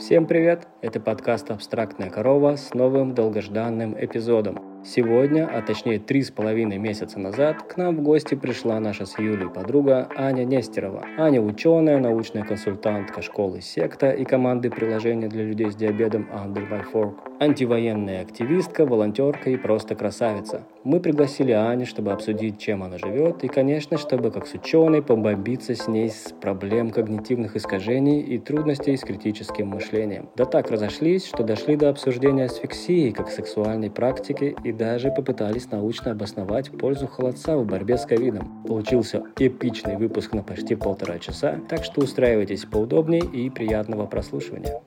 Всем привет! Это подкаст «Абстрактная корова» с новым долгожданным эпизодом. Сегодня, а точнее 3,5 месяца назад, к нам в гости пришла наша с Юлей подруга Аня Нестерова. Аня – ученая, научная консультантка школы «Секта» и команды приложения для людей с диабетом Under by Fork. Антивоенная активистка, волонтерка и просто красавица. Мы пригласили Аню, чтобы обсудить, чем она живет, и, конечно, чтобы, как с ученой, побомбиться с ней с проблем когнитивных искажений и трудностей с критическим мышлением. Да так разошлись, что дошли до обсуждения асфиксии как сексуальной практики и даже попытались научно обосновать пользу холодца в борьбе с ковидом. Получился эпичный выпуск на почти 1,5 часа, так что устраивайтесь поудобнее и приятного прослушивания.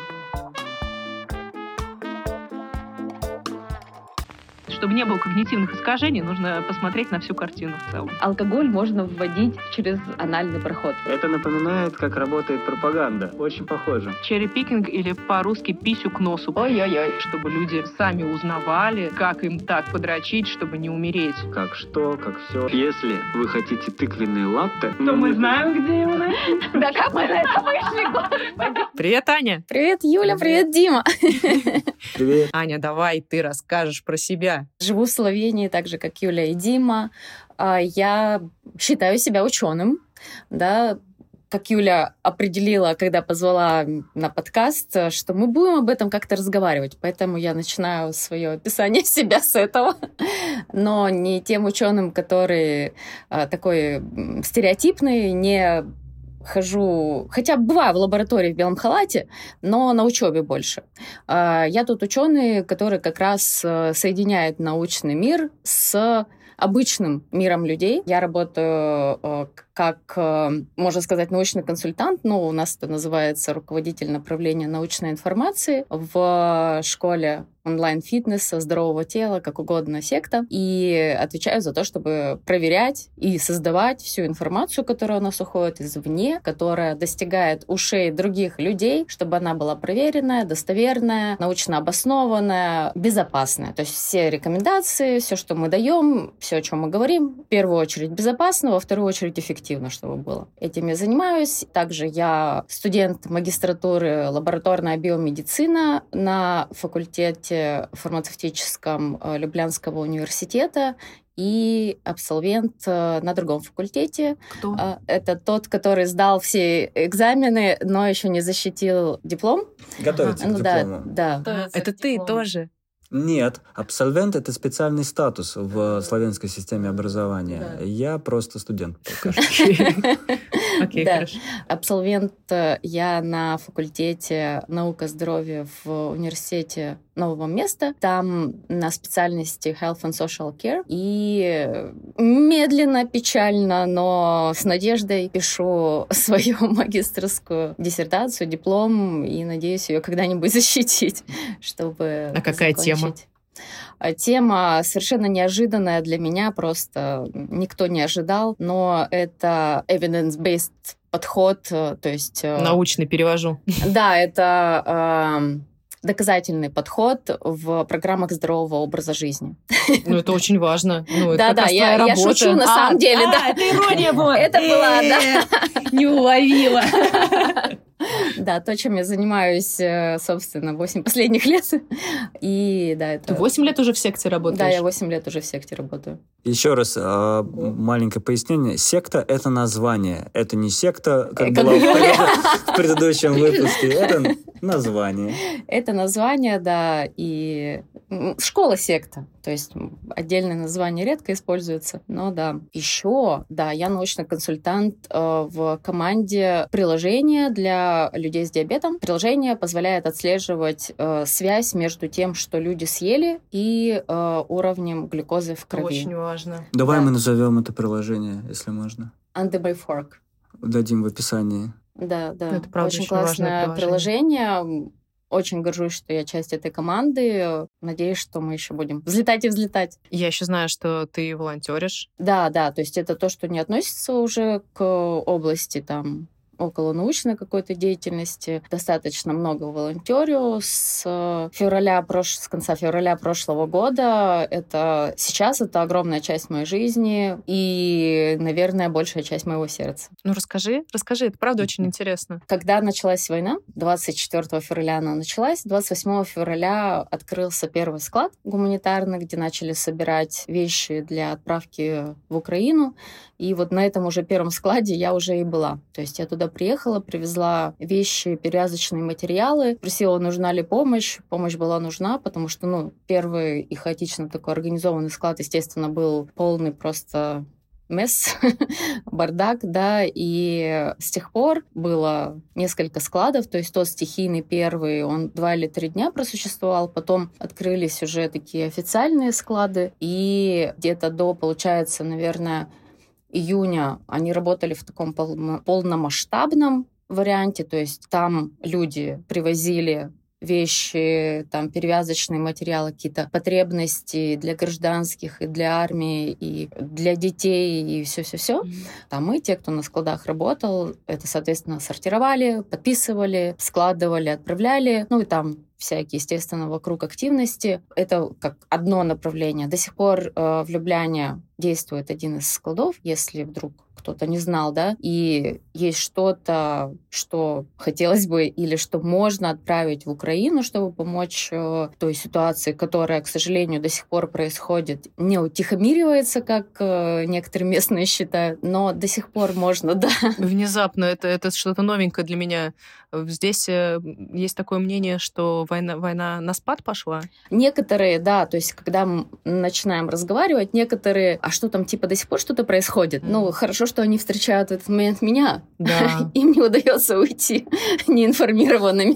Чтобы не было когнитивных искажений, нужно посмотреть на всю картину в целом. Алкоголь можно вводить через анальный проход. Это напоминает, как работает пропаганда. Очень похоже. Черри-пикинг или по-русски писю к носу. Ой-ой-ой. Чтобы люди сами узнавали, как им так подрочить, чтобы не умереть. Как что, как все. Если вы хотите тыквенные латте, то мы знаем, где его найти. Да как мы на это вышли? Привет, Аня. Привет, Юля, привет, Дима. Привет. Аня, давай ты расскажешь про себя. Живу в Словении, так же, как Юля и Дима. Я считаю себя ученым, да, как Юля определила, когда позвала на подкаст, что мы будем об этом как-то разговаривать. Поэтому я начинаю свое описание себя с этого. Но не тем ученым, который такой стереотипный, не хожу, хотя бываю в лаборатории в белом халате, но на учебе больше. Я тут ученый, который как раз соединяет научный мир с обычным миром людей. Я работаю как, можно сказать, научный консультант, но у нас это называется руководитель направления научной информации в школе онлайн-фитнеса, здорового тела, как угодно, секта. И отвечаю за то, чтобы проверять и создавать всю информацию, которая у нас уходит извне, которая достигает ушей других людей, чтобы она была проверенная, достоверная, научно обоснованная, безопасная. То есть все рекомендации, все, что мы даем, все, о чем мы говорим, в первую очередь безопасно, во вторую очередь эффективно, чтобы было. Этим я занимаюсь. Также я студент магистратуры лабораторная биомедицина на факультете фармацевтическом Люблянского университета и абсолвент на другом факультете. Кто? Это тот, который сдал все экзамены, но еще не защитил диплом. Готовится к диплому. Да. Это ты тоже. Нет, абсолвент — это специальный статус в славянской системе образования. Да. Я просто студент пока что. Окей, Да. хорошо. Абсолвент я на факультете наука здоровья в университете Нового Места. Там на специальности Health and Social Care. И медленно, печально, но с надеждой пишу свою магистерскую диссертацию, диплом, и надеюсь ее когда-нибудь защитить, чтобы А какая тема? Тема совершенно неожиданная для меня, просто никто не ожидал, но это evidence-based подход, то есть... Научный перевожу. Да, это доказательный подход в программах здорового образа жизни. Ну, это очень важно. Ну, это Да, я шучу на самом деле. Да. Это ирония была. Это была, да. Не уловила. Да, то, чем я занимаюсь, собственно, 8 последних лет. И да, это... Ты 8 лет уже в секте работаешь? Да, я 8 лет уже в секте работаю. Еще раз маленькое пояснение. Секта — это название. Это не секта, как было в предыдущем выпуске. Это название. Это название, да, и школа-секта. То есть отдельное название редко используется, но да. Еще, да, я научный консультант в команде приложения для людей с диабетом. Приложение позволяет отслеживать связь между тем, что люди съели, и уровнем глюкозы в крови. Очень важно. Давай Да. мы назовем это приложение, если можно. Under by Fork. Дадим в описании. Да. Это правда Очень очень классное важное приложение. Очень горжусь, что я часть этой команды. Надеюсь, что мы еще будем взлетать и взлетать. Я еще знаю, что ты волонтеришь. Да, то есть это то, что не относится уже к области там около научной какой-то деятельности. Достаточно много волонтерю с конца февраля прошлого года. Сейчас это огромная часть моей жизни и, наверное, большая часть моего сердца. Ну, расскажи, это правда очень интересно. Когда началась война, 24 февраля она началась, 28 февраля открылся первый склад гуманитарный, где начали собирать вещи для отправки в Украину. И вот на этом уже первом складе я уже и была. То есть я туда приехала, привезла вещи, перевязочные материалы, спросила, нужна ли помощь. Помощь была нужна, потому что, первый и хаотично такой организованный склад, естественно, был полный просто месс, бардак, да, и с тех пор было несколько складов, то есть тот стихийный первый, он 2 или 3 дня просуществовал, потом открылись уже такие официальные склады, и где-то до, получается, наверное, июня они работали в таком полномасштабном варианте, то есть там люди привозили вещи, там, перевязочные материалы, какие-то потребности для гражданских и для армии, и для детей, и все-все-все. Там мы, те, кто на складах работал, это, соответственно, сортировали, подписывали, складывали, отправляли. И там всякие, естественно, вокруг активности. Это как одно направление. До сих пор в Любляне действует один из складов, если вдруг кто-то не знал, да, и есть что-то, что хотелось бы или что можно отправить в Украину, чтобы помочь той ситуации, которая, к сожалению, до сих пор происходит, не утихомиривается, как некоторые местные считают, но до сих пор можно, да. Внезапно это что-то новенькое для меня. Здесь есть такое мнение, что война на спад пошла? Некоторые, да, то есть когда мы начинаем разговаривать, некоторые, а что там, типа, до сих пор что-то происходит? Хорошо, что они встречают в этот момент меня. Да. Им не удается уйти неинформированными.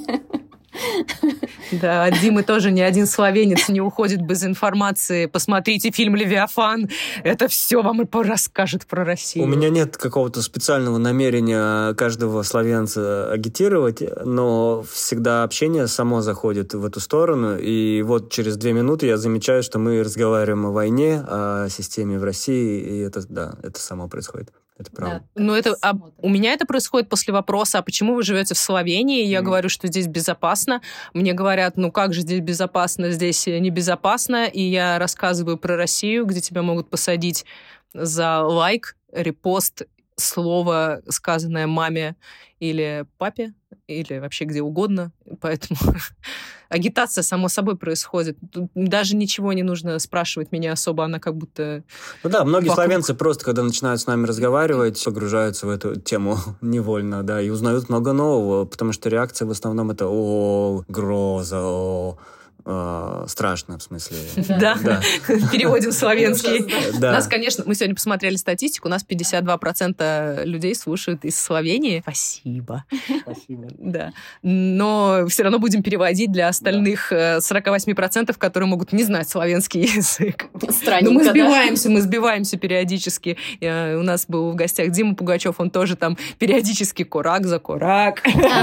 Да, от Димы тоже ни один словенец не уходит без информации. Посмотрите фильм «Левиафан». Это все вам и расскажет про Россию. У меня нет какого-то специального намерения каждого словенца агитировать, но всегда общение само заходит в эту сторону. И вот через 2 минуты я замечаю, что мы разговариваем о войне, о системе в России, и это само происходит. Это правда. Да, у меня это происходит после вопроса, а почему вы живете в Словении? Я говорю, что здесь безопасно. Мне говорят, как же здесь безопасно, здесь небезопасно. И я рассказываю про Россию, где тебя могут посадить за лайк, репост, слово, сказанное маме или папе, или вообще где угодно. Поэтому агитация, само собой, происходит. Тут даже ничего не нужно спрашивать меня особо, она как будто... Многие словенцы просто, когда начинают с нами разговаривать, погружаются в эту тему невольно, да, и узнают много нового, потому что реакция в основном это гроза, страшно, в смысле. Да, переводим словенский. Да. Нас, конечно, мы сегодня посмотрели статистику, у нас 52% людей слушают из Словении. Спасибо. Да. Но все равно будем переводить для остальных 48%, которые могут не знать словенский язык. Странненько, но мы сбиваемся периодически. У нас был в гостях Дима Пугачев, он тоже там периодически курак за курак.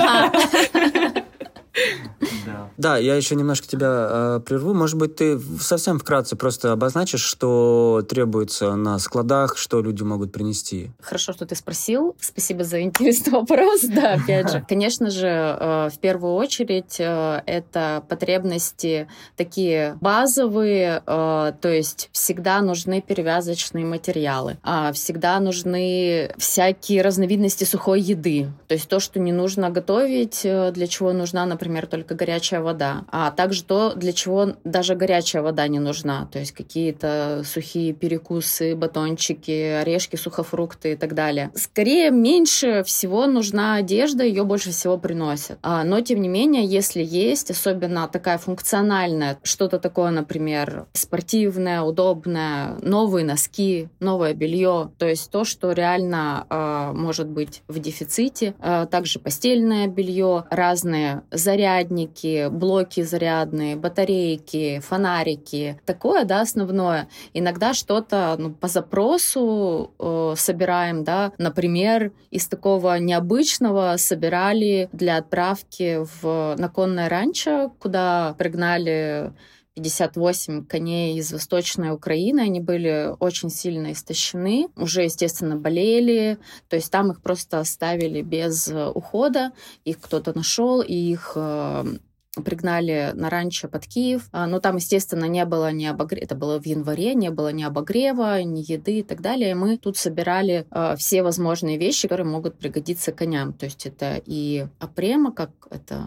Да, я еще немножко тебя прерву. Может быть, ты совсем вкратце просто обозначишь, что требуется на складах, что люди могут принести? Хорошо, что ты спросил. Спасибо за интересный вопрос. Да, опять же. Конечно же, в первую очередь, это потребности такие базовые, то есть всегда нужны перевязочные материалы, всегда нужны всякие разновидности сухой еды, то есть то, что не нужно готовить, для чего нужна, например, только горячая вода, а также то, для чего даже горячая вода не нужна, то есть какие-то сухие перекусы, батончики, орешки, сухофрукты и так далее. Скорее, меньше всего нужна одежда, ее больше всего приносят. Но, тем не менее, если есть, особенно такая функциональная, что-то такое, например, спортивное, удобное, новые носки, новое белье, то есть то, что реально может быть в дефиците, также постельное белье, разные зарядники, блоки зарядные, батарейки, фонарики. Такое, да, основное. Иногда что-то по запросу собираем, да. Например, из такого необычного собирали для отправки на конное ранчо, куда пригнали 58 коней из Восточной Украины. Они были очень сильно истощены, уже, естественно, болели. То есть там их просто оставили без ухода. Их кто-то нашел, и их пригнали на ранчо под Киев. Но там, естественно, не было ни обогрева. Это было в январе, не было ни обогрева, ни еды и так далее. И мы тут собирали все возможные вещи, которые могут пригодиться коням. То есть это и опрема, как это...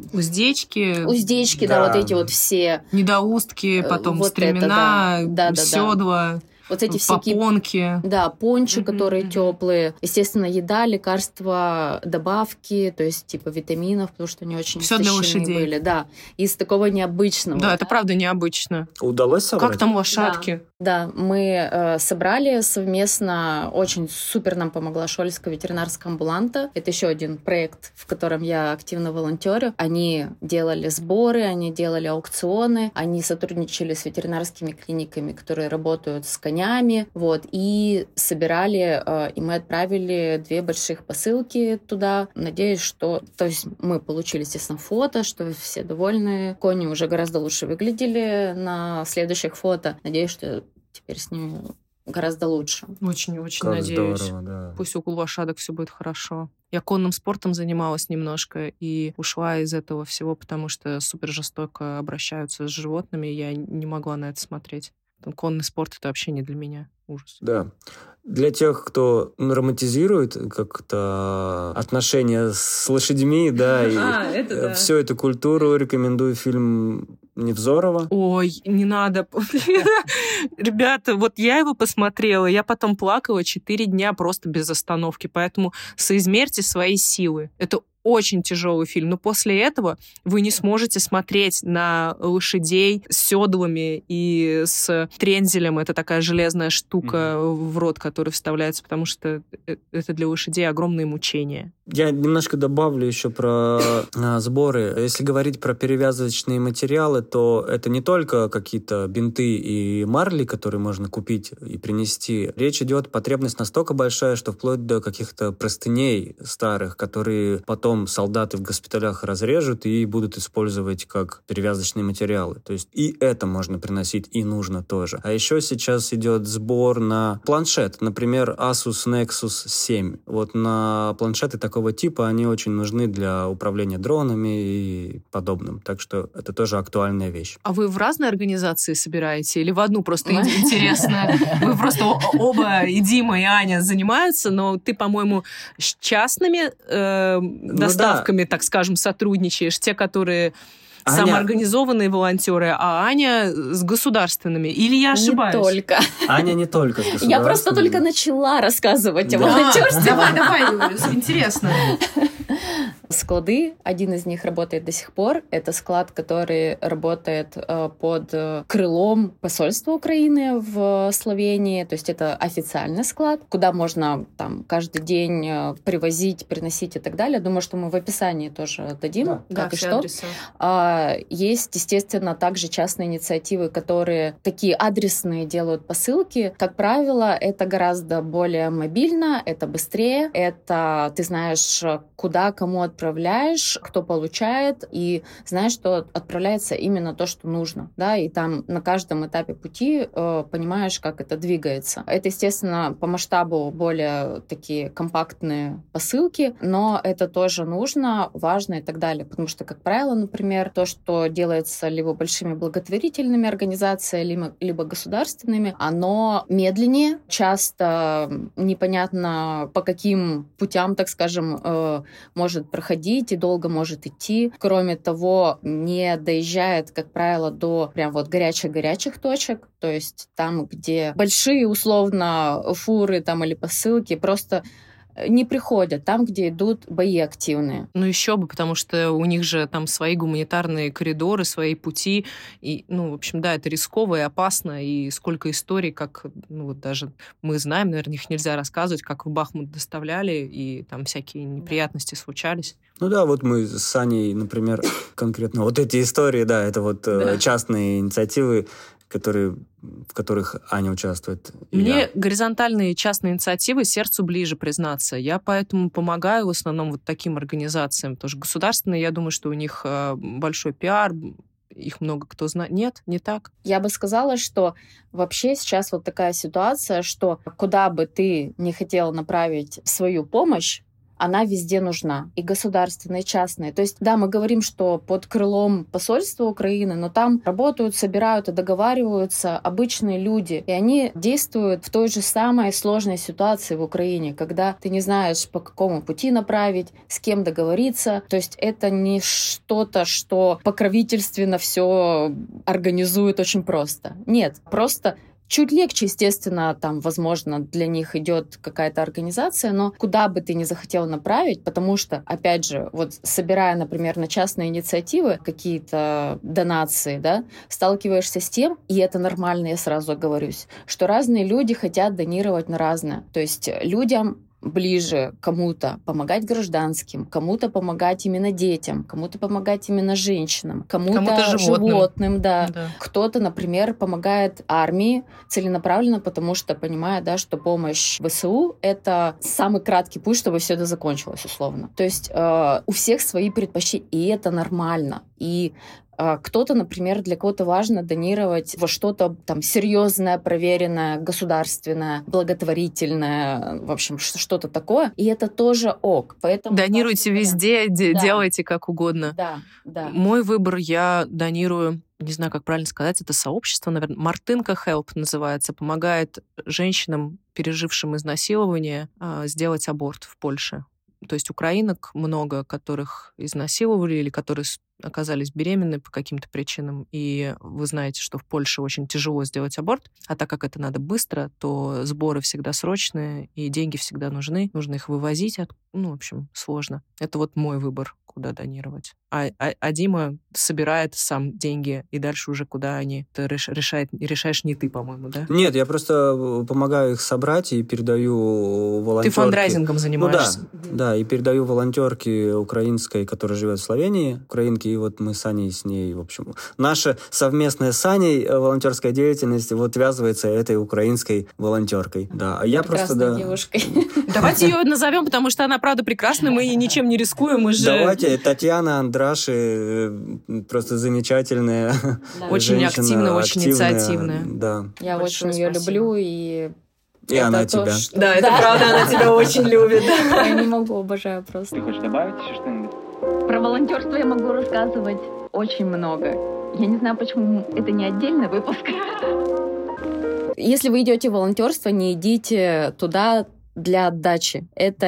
Уздечки, да, вот эти вот все... Недоустки, потом вот стремена, это, седла. Вот эти всякие... Попонки. Да, пончи, которые теплые. Естественно, еда, лекарства, добавки, то есть типа витаминов, потому что они очень Всё для лошадей были. Да, из такого необычного. Да, это правда необычно. Удалось собрать? Как там лошадки? Да, мы собрали совместно, очень супер нам помогла Шольская ветеринарская амбуланта. Это еще один проект, в котором я активно волонтерю. Они делали сборы, они делали аукционы, они сотрудничали с ветеринарскими клиниками, которые работают с конями, вот, и собирали, и мы отправили 2 больших посылки туда. Надеюсь, что... То есть мы получили, естественно, фото, что все довольны. Кони уже гораздо лучше выглядели на следующих фото. Надеюсь, что теперь с ними гораздо лучше. Очень Как надеюсь. здорово, да. Пусть у лошадок все будет хорошо. Я конным спортом занималась немножко и ушла из этого всего, потому что супер жестоко обращаются с животными, и я не могла на это смотреть. Конный спорт — это вообще не для меня. Ужас. Да. Для тех, кто романтизирует как-то отношения с лошадьми, да, и всю эту культуру, рекомендую фильм Невзорова. Ой, не надо. Ребята, вот я его посмотрела, я потом плакала 4 дня просто без остановки, поэтому соизмерьте свои силы. Это очень тяжелый фильм, но после этого вы не сможете смотреть на лошадей с седлами и с трензелем. Это такая железная штука в рот, которая вставляется, потому что это для лошадей огромные мучения. Я немножко добавлю еще про сборы. Если говорить про перевязочные материалы, то это не только какие-то бинты и марли, которые можно купить и принести. Речь идет, потребность настолько большая, что вплоть до каких-то простыней старых, которые потом солдаты в госпиталях разрежут и будут использовать как перевязочные материалы. То есть и это можно приносить, и нужно тоже. А еще сейчас идет сбор на планшет. Например, Asus Nexus 7. Вот на планшеты такого типа они очень нужны для управления дронами и подобным. Так что это тоже актуальная вещь. А вы в разные организации собираете или в одну? Просто интересно. Вы просто оба, и Дима, и Аня, занимаются, но ты, по-моему, с частными доставками, так скажем, сотрудничаешь. Те, которые самоорганизованные волонтеры, а Аня с государственными. Или я ошибаюсь? Не только. Аня не только с государственными. Я просто только начала рассказывать о волонтерстве. Давай, интересно. Склады, один из них работает до сих пор. Это склад, который работает под крылом посольства Украины в Словении. То есть это официальный склад, куда можно там каждый день привозить, приносить и так далее. Думаю, что мы в описании тоже дадим, как и что. Адресы. Есть, естественно, также частные инициативы, которые такие адресные делают посылки. Как правило, это гораздо более мобильно, это быстрее, это ты знаешь, куда, кому отправляешь, кто получает, и знаешь, что отправляется именно то, что нужно, да, и там на каждом этапе пути понимаешь, как это двигается. Это, естественно, по масштабу более такие компактные посылки, но это тоже нужно, важно и так далее, потому что, как правило, например, то, что делается либо большими благотворительными организациями, либо государственными, оно медленнее, часто непонятно по каким путям, так скажем, может проходить и долго может идти. Кроме того, не доезжает, как правило, до прям вот горячих точек, то есть там, где большие, условно, фуры там или посылки, просто не приходят там, где идут бои активные. Ну еще бы, потому что у них же там свои гуманитарные коридоры, свои пути. И, в общем, да, это рисково и опасно. И сколько историй, как, вот даже мы знаем, наверное, их нельзя рассказывать, как в Бахмут доставляли, и там всякие неприятности случались. Ну да, вот мы с Саней, например, конкретно вот эти истории, да, это вот частные инициативы, в которых Аня участвует. Мне горизонтальные частные инициативы сердцу ближе, признаться. Я поэтому помогаю в основном вот таким организациям. Потому что государственные, я думаю, что у них большой пиар, их много кто знает. Нет, не так. Я бы сказала, что вообще сейчас вот такая ситуация, что куда бы ты не хотел направить свою помощь, она везде нужна. И государственная, и частная. То есть, да, мы говорим, что под крылом посольства Украины, но там работают, собирают и договариваются обычные люди. И они действуют в той же самой сложной ситуации в Украине, когда ты не знаешь, по какому пути направить, с кем договориться. То есть это не что-то, что покровительственно все организует очень просто. Нет, просто чуть легче, естественно, там, возможно, для них идет какая-то организация, но куда бы ты ни захотел направить, потому что, опять же, вот собирая, например, на частные инициативы какие-то донации, да, сталкиваешься с тем, и это нормально, я сразу оговорюсь, что разные люди хотят донировать на разное. То есть людям ближе кому-то помогать гражданским, кому-то помогать именно детям, кому-то помогать именно женщинам, кому-то животным, да. Кто-то, например, помогает армии целенаправленно, потому что понимает, да, что помощь ВСУ — это самый краткий путь, чтобы все это закончилось, условно. То есть у всех свои предпочтения, и это нормально. И кто-то, например, для кого-то важно донировать во что-то там серьезное, проверенное, государственное, благотворительное, в общем, что-то такое. И это тоже ок. Поэтому донируйте везде, делайте как угодно. Да. Мой выбор, я донирую, не знаю, как правильно сказать, это сообщество, наверное, Мартынка Help называется, помогает женщинам, пережившим изнасилование, сделать аборт в Польше. То есть украинок много, которых изнасиловали или которые оказались беременны по каким-то причинам. И вы знаете, что в Польше очень тяжело сделать аборт. А так как это надо быстро, то сборы всегда срочные, и деньги всегда нужны. Нужно их вывозить. В общем, сложно. Это вот мой выбор, куда донировать. А Дима собирает сам деньги, и дальше уже куда они. Это решаешь не ты, по-моему, да? Нет, я просто помогаю их собрать и передаю волонтерке. Ты фандрайзингом занимаешься? Да, и передаю волонтерке украинской, которая живет в Словении, украинке, и вот мы с Аней с ней, в общем, наша совместная с Аней волонтерская деятельность вот связывается этой украинской волонтеркой. Да, а я просто... девушкой. Давайте ее назовем, потому что она, правда, прекрасна, мы ничем не рискуем, мы же... Давайте, Татьяна Андраши, просто замечательная очень женщина, активная, очень инициативная. Да. Я очень ее люблю, и она тебя. Да, это правда, она тебя очень любит. Я не могу, обожаю просто. Ты хочешь добавить еще что-нибудь? Про волонтерство я могу рассказывать очень много. Я не знаю, почему это не отдельный выпуск. Если вы идете в волонтерство, не идите туда для отдачи.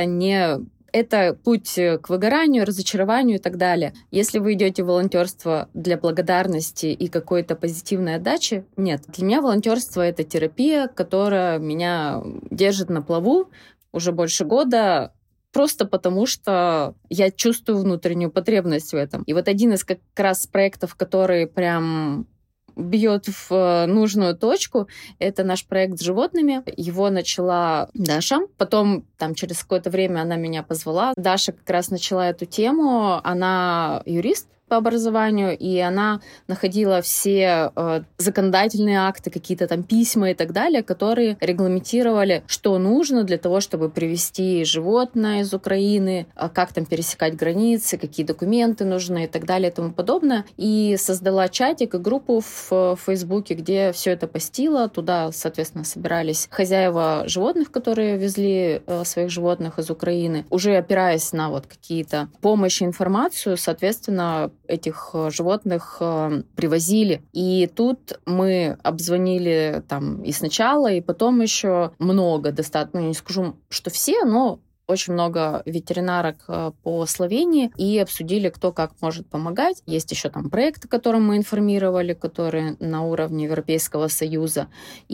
Это путь к выгоранию, разочарованию и так далее. Если вы идете в волонтерство для благодарности и какой-то позитивной отдачи, нет. Для меня волонтерство — это терапия, которая меня держит на плаву уже больше года, просто потому что я чувствую внутреннюю потребность в этом. И вот один из как раз проектов, который прям бьет в нужную точку, это наш проект с животными. Его начала Даша. Потом, через какое-то время она меня позвала. Даша как раз начала эту тему. Она юрист по образованию, и она находила все законодательные акты, какие-то там письма и так далее, которые регламентировали, что нужно для того, чтобы привезти животное из Украины, как там пересекать границы, какие документы нужны и так далее и тому подобное. И создала чатик и группу в Фейсбуке, где все это постила. Туда, соответственно, собирались хозяева животных, которые везли своих животных из Украины. Уже опираясь на вот какие-то помощь и информацию, соответственно, этих животных привозили. И тут мы обзвонили и сначала, и потом еще много достаточно, не скажу, что все, но очень много ветеринарок по Словении, и обсудили, кто как может помогать. Есть еще проекты, которым мы информировали, которые на уровне Европейского Союза.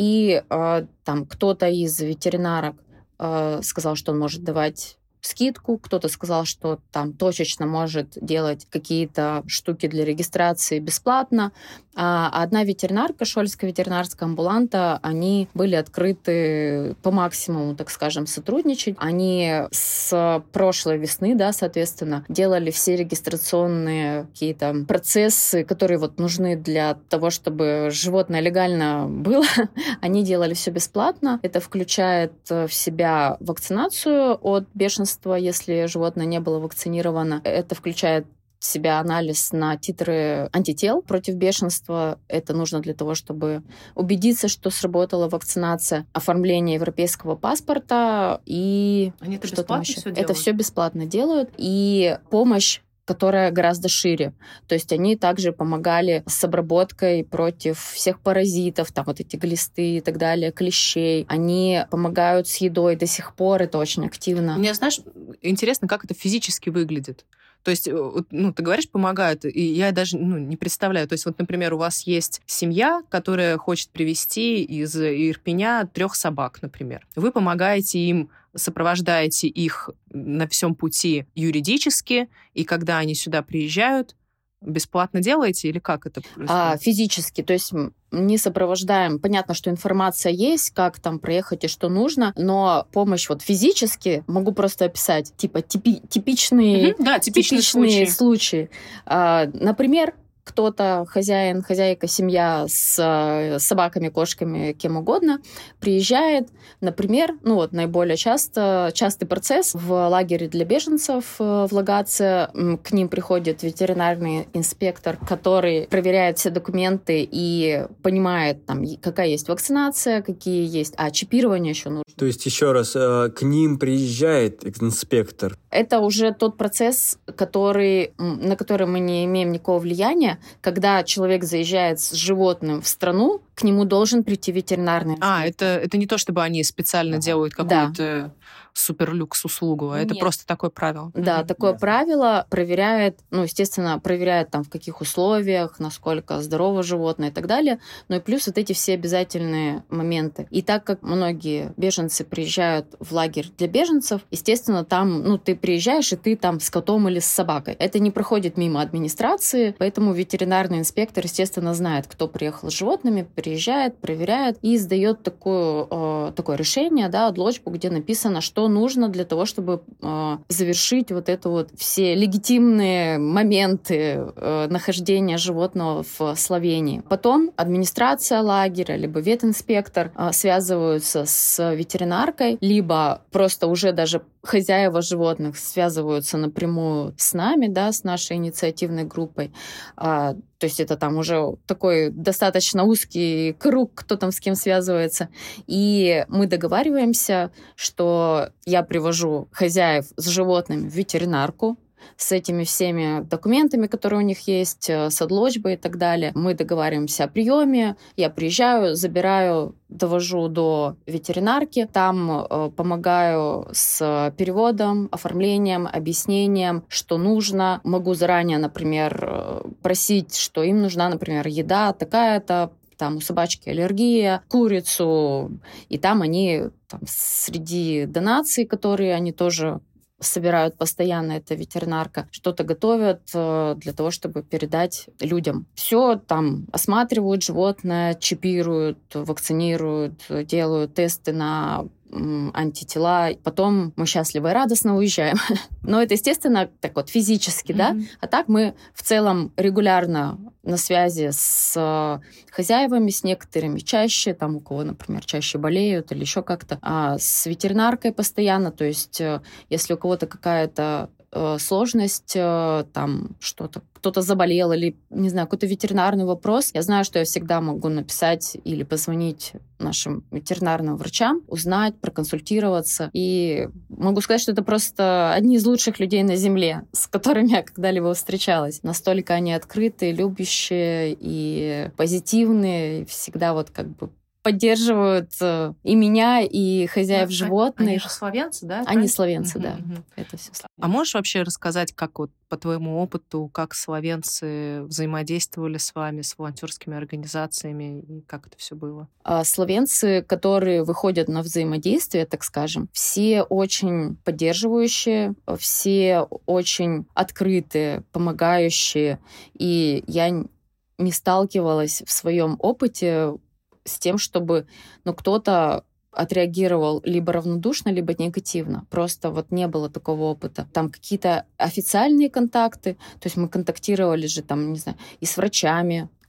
И кто-то из ветеринарок сказал, что он может давать скидку, кто-то сказал, что точечно может делать какие-то штуки для регистрации бесплатно. А одна ветеринарка, Шольская ветеринарская амбуланта, они были открыты по максимуму, так скажем, сотрудничать. Они с прошлой весны, соответственно, делали все регистрационные какие-то процессы, которые нужны для того, чтобы животное легально было. Они делали все бесплатно. Это включает в себя вакцинацию от бешенства, если животное не было вакцинировано. Это включает себя анализ на титры антител против бешенства. Это нужно для того, чтобы убедиться, что сработала вакцинация, оформление европейского паспорта и Они это что там еще. все Это все бесплатно делают. И помощь, которая гораздо шире. То есть они также помогали с обработкой против всех паразитов, там вот эти глисты и так далее, клещей. Они помогают с едой до сих пор, это очень активно. Мне, знаешь, интересно, как это физически выглядит. То есть, ну, ты говоришь, помогают, и я даже не представляю. То есть, вот, например, у вас есть семья, которая хочет привезти из Ирпеня 3 собак, например. Вы помогаете им, сопровождаете их на всем пути юридически, и когда они сюда приезжают, бесплатно делаете или как это происходит? Физически, то есть не сопровождаем. Понятно, что информация есть, как там проехать и что нужно, но помощь вот физически могу просто описать, типа типичные случаи. Например, кто-то, хозяин, хозяйка, семья с собаками, кошками, кем угодно, приезжает, например, наиболее частый процесс в лагере для беженцев в Лагаце. К ним приходит ветеринарный инспектор, который проверяет все документы и понимает, там, какая есть вакцинация, какие есть, чипирование еще нужно. То есть, еще раз, к ним приезжает инспектор? Это уже тот процесс, на который мы не имеем никакого влияния. Когда человек заезжает с животным в страну, к нему должен прийти ветеринарный инспектор. Это не то, чтобы они специально делают какую-то суперлюкс-услугу, а это просто такое правило. Да, такое правило проверяет, естественно, проверяет там в каких условиях, насколько здорово животное и так далее, но и плюс вот эти все обязательные моменты. И так как многие беженцы приезжают в лагерь для беженцев, естественно, там, ты приезжаешь, и ты там с котом или с собакой. Это не проходит мимо администрации, поэтому ветеринарный инспектор, естественно, знает, кто приехал с животными, приезжает, проверяет и издает такое решение, отложку, где написано, что нужно для того, чтобы завершить вот это вот все легитимные моменты нахождения животного в Словении. Потом администрация лагеря, либо ветинспектор связываются с ветеринаркой, либо просто уже даже хозяева животных связываются напрямую с нами, с нашей инициативной группой. То есть это там уже такой достаточно узкий круг, кто там с кем связывается. И мы договариваемся, что я привожу хозяев с животными в ветеринарку, с этими всеми документами, которые у них есть, с отложбой и так далее. Мы договариваемся о приеме. Я приезжаю, забираю, довожу до ветеринарки. Там помогаю с переводом, оформлением, объяснением, что нужно. Могу заранее, например, просить, что им нужна, например, еда такая-то, там у собачки аллергия, курицу. И там они среди донаций, которые они тоже собирают постоянно, эта ветеринарка, что-то готовят для того, чтобы передать людям. Все там осматривают животное, чипируют, вакцинируют, делают тесты на антитела. Потом мы счастливо и радостно уезжаем. Но это, естественно, так вот физически, А так мы в целом регулярно на связи с хозяевами, с некоторыми чаще, там у кого, например, чаще болеют или еще как-то, с ветеринаркой постоянно. То есть если у кого-то какая-то сложность, там что-то, кто-то заболел или, не знаю, какой-то ветеринарный вопрос, я знаю, что я всегда могу написать или позвонить нашим ветеринарным врачам, узнать, проконсультироваться. И могу сказать, что это просто одни из лучших людей на Земле, с которыми я когда-либо встречалась. Настолько они открытые, любящие и позитивные, и всегда поддерживают и меня, и хозяев животных. Они же словенцы, да? Они словенцы, да. Это все словенцы. А можешь вообще рассказать, как по твоему опыту, как словенцы взаимодействовали с вами, с волонтерскими организациями, и как это все было? Словенцы, которые выходят на взаимодействие, так скажем, все очень поддерживающие, все очень открытые, помогающие. И я не сталкивалась в своем опыте с тем, чтобы кто-то отреагировал либо равнодушно, либо негативно. Просто не было такого опыта. Там какие-то официальные контакты, то есть мы контактировали же там, не знаю, и с врачами,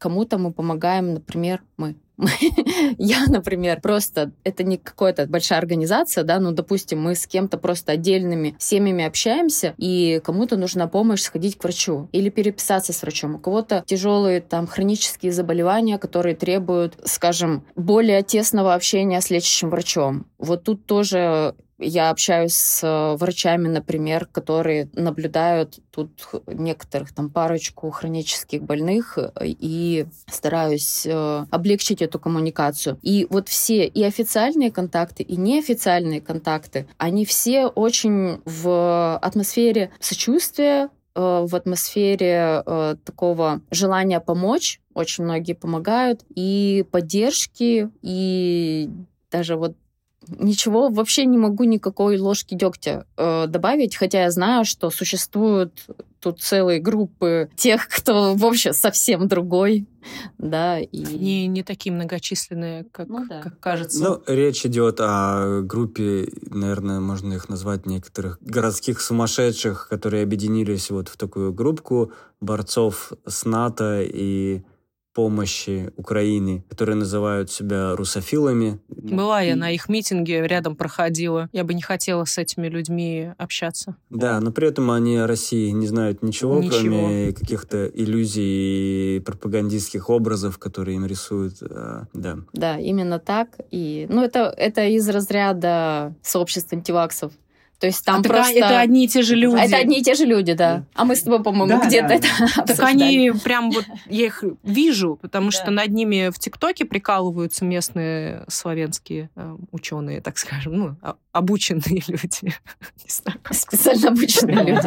кому-то мы помогаем, например, я, например, просто, это не какая-то большая организация, да, ну, допустим, мы с кем-то просто отдельными семьями общаемся, и кому-то нужна помощь сходить к врачу или переписаться с врачом. У кого-то тяжелые там хронические заболевания, которые требуют, скажем, более тесного общения с лечащим врачом. Вот тут тоже я общаюсь с врачами, например, которые наблюдают тут некоторых, там, парочку хронических больных, и стараюсь облегчить эту коммуникацию. И вот все и официальные контакты, и неофициальные контакты, они все очень в атмосфере сочувствия, в атмосфере такого желания помочь. Очень многие помогают, и поддержки, и даже вот ничего, вообще не могу никакой ложки дегтя добавить, хотя я знаю, что существуют тут целые группы тех, кто вообще совсем другой, да, и... Не такие многочисленные, как кажется. Ну, речь идет о группе, наверное, можно их назвать некоторых городских сумасшедших, которые объединились вот в такую группку борцов с НАТО и помощи Украине, которые называют себя русофилами. Была я на их митинге, рядом проходила. Я бы не хотела с этими людьми общаться. Да, но при этом они о России не знают ничего. Кроме каких-то иллюзий и пропагандистских образов, которые им рисуют. Да. Да, именно так. И, ну, это из разряда сообществ антиваксов. То есть там просто... Это одни и те же люди. Это одни и те же люди, да. А мы с тобой, по-моему, где-то это обсуждали. Так они прям вот... Я их вижу, потому что над ними в ТикТоке прикалываются местные славянские ученые, так скажем, ну, обученные люди. Специально обученные люди.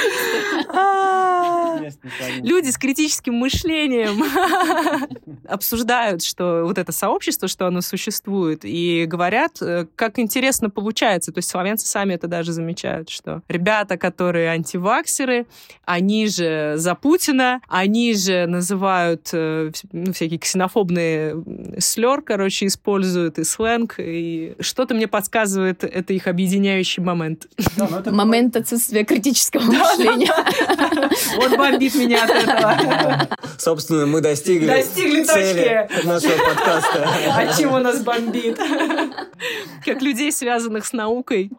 Люди с критическим мышлением обсуждают, что вот это сообщество, что оно существует, и говорят, как интересно получается. То есть славянцы сами это даже замечают, что ребята, которые антиваксеры, они же за Путина, они же называют всякие ксенофобные слёр, короче, используют и сленг, и что-то мне подсказывает, это их объединяющий момент. Момент отсутствия критического мышления. Вот бомбит меня от этого. Собственно, мы достигли цели нашего подкаста. От чего нас бомбит? Как людей, связанных с наукой.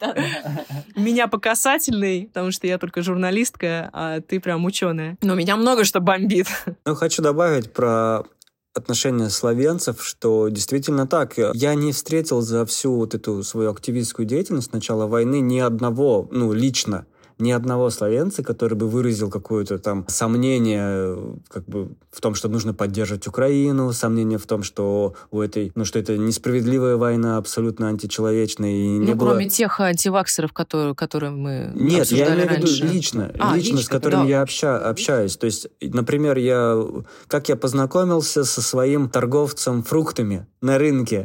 Меня по касательной, потому что я только журналистка, а ты прям ученая. Но меня много что бомбит. Ну, хочу добавить про отношения словенцев, что действительно так. Я не встретил за всю вот эту свою активистскую деятельность с начала войны ни одного, лично, ни одного словенца, который бы выразил какое-то там сомнение как бы в том, что нужно поддерживать Украину, сомнение в том, что у этой, что это несправедливая война, абсолютно античеловечная. И не было... кроме тех антиваксеров, которые мы Нет, обсуждали я имею в виду раньше. лично, с которыми я общаюсь. То есть, например, как я познакомился со своим торговцем фруктами на рынке.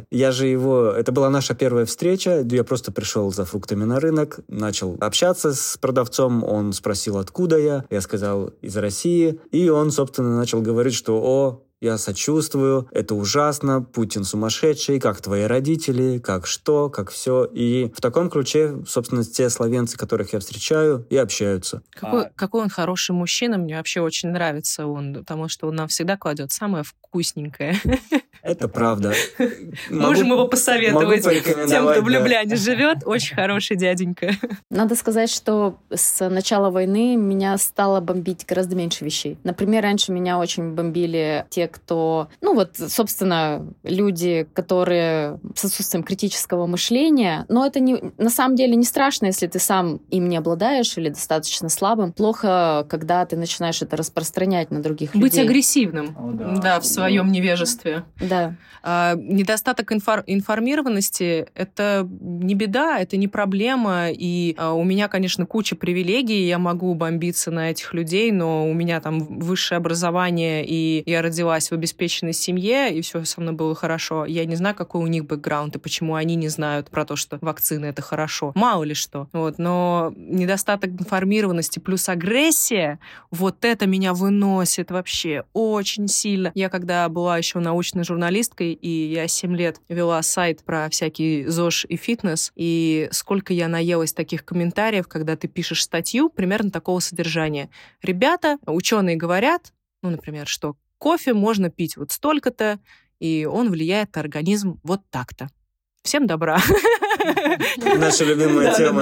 Это была наша первая встреча, я просто пришел за фруктами на рынок, начал общаться с продавцом, он спросил, откуда я сказал, из России, и он, собственно, начал говорить, что я сочувствую, это ужасно, Путин сумасшедший, как твои родители, как все. И в таком ключе, собственно, те словенцы, которых я встречаю, и общаются. Какой он хороший мужчина, мне вообще очень нравится он, потому что он нам всегда кладет самое вкусненькое. Это правда. Можем его посоветовать тем, кто в Любляне живет. Очень хороший дяденька. Надо сказать, что с начала войны меня стало бомбить гораздо меньше вещей. Например, раньше меня очень бомбили те, кто... собственно, люди, которые с отсутствием критического мышления. Но это на самом деле не страшно, если ты сам им не обладаешь или достаточно слабым. Плохо, когда ты начинаешь это распространять на других людей. Быть агрессивным, в своем невежестве. Да. Недостаток информированности — это не беда, это не проблема. И у меня, конечно, куча привилегий, я могу бомбиться на этих людей, но у меня там высшее образование, и я родилась в обеспеченной семье, и все со мной было хорошо. Я не знаю, какой у них бэкграунд, и почему они не знают про то, что вакцины — это хорошо. Мало ли что. Но недостаток информированности плюс агрессия, вот это меня выносит вообще очень сильно. Я когда была еще научной журналисткой, и я 7 лет вела сайт про всякий ЗОЖ и фитнес, и сколько я наелась таких комментариев, когда ты пишешь статью примерно такого содержания. Ребята, ученые говорят, например, что кофе можно пить вот столько-то, и он влияет на организм вот так-то. Всем добра. Наша любимая тема.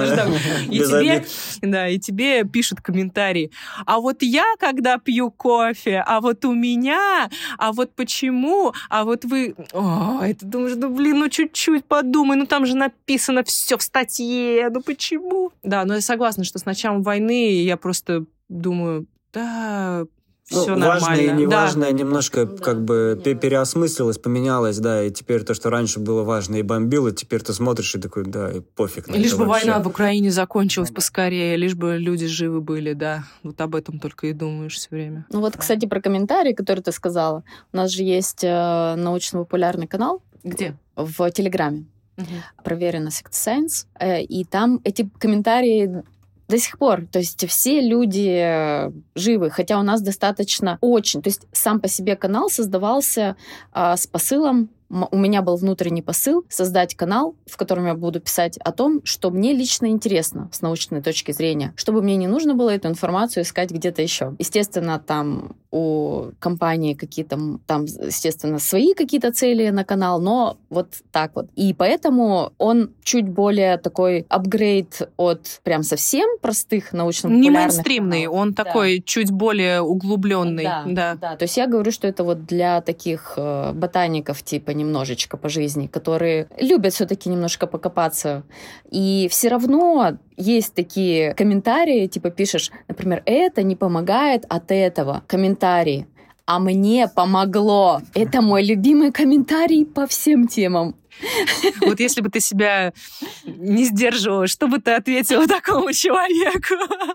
И тебе пишут комментарии. А вот я, когда пью кофе, а вот у меня, а вот почему, а вот вы... Ой, ты думаешь, чуть-чуть подумай, там же написано все в статье, почему? Да, но я согласна, что с началом войны я просто думаю, все нормально. Важное и неважное немножко переосмыслилось, поменялось, и теперь то, что раньше было важно и бомбило, теперь ты смотришь и такой, и пофиг. Лишь бы война в Украине закончилась поскорее, лишь бы люди живы были, Вот об этом только и думаешь все время. Кстати, про комментарии, которые ты сказала. У нас же есть научно-популярный канал. Где? В Телеграме. Проверено Sixth Sense. И там эти комментарии... До сих пор. То есть все люди живы, хотя у нас достаточно очень... То есть сам по себе канал создавался с посылом. У меня был внутренний посыл создать канал, в котором я буду писать о том, что мне лично интересно с научной точки зрения, чтобы мне не нужно было эту информацию искать где-то еще. Естественно, там у компании какие-то, естественно, свои какие-то цели на канал, но вот так вот. И поэтому он чуть более такой апгрейд от прям совсем простых научно-популярных не мейнстримный, каналов. Он такой чуть более углубленный. Да. То есть я говорю, что это вот для таких ботаников типа немножечко по жизни, которые любят все-таки немножко покопаться. И все равно есть такие комментарии, типа пишешь, например, это не помогает от этого. Комментарии. А мне помогло. Это мой любимый комментарий по всем темам. Вот если бы ты себя не сдерживала, что бы ты ответила такому человеку?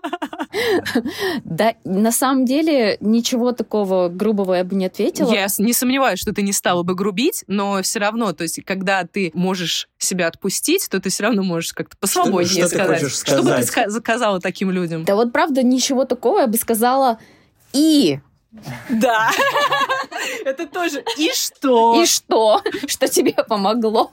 Да, на самом деле ничего такого грубого я бы не ответила. Я не сомневаюсь, что ты не стала бы грубить, но все равно, то есть, когда ты можешь себя отпустить, то ты все равно можешь как-то посвободнее сказать. Что бы ты заказала таким людям? Да вот правда ничего такого я бы сказала и... Да. Это тоже. И что? И что? Что тебе помогло?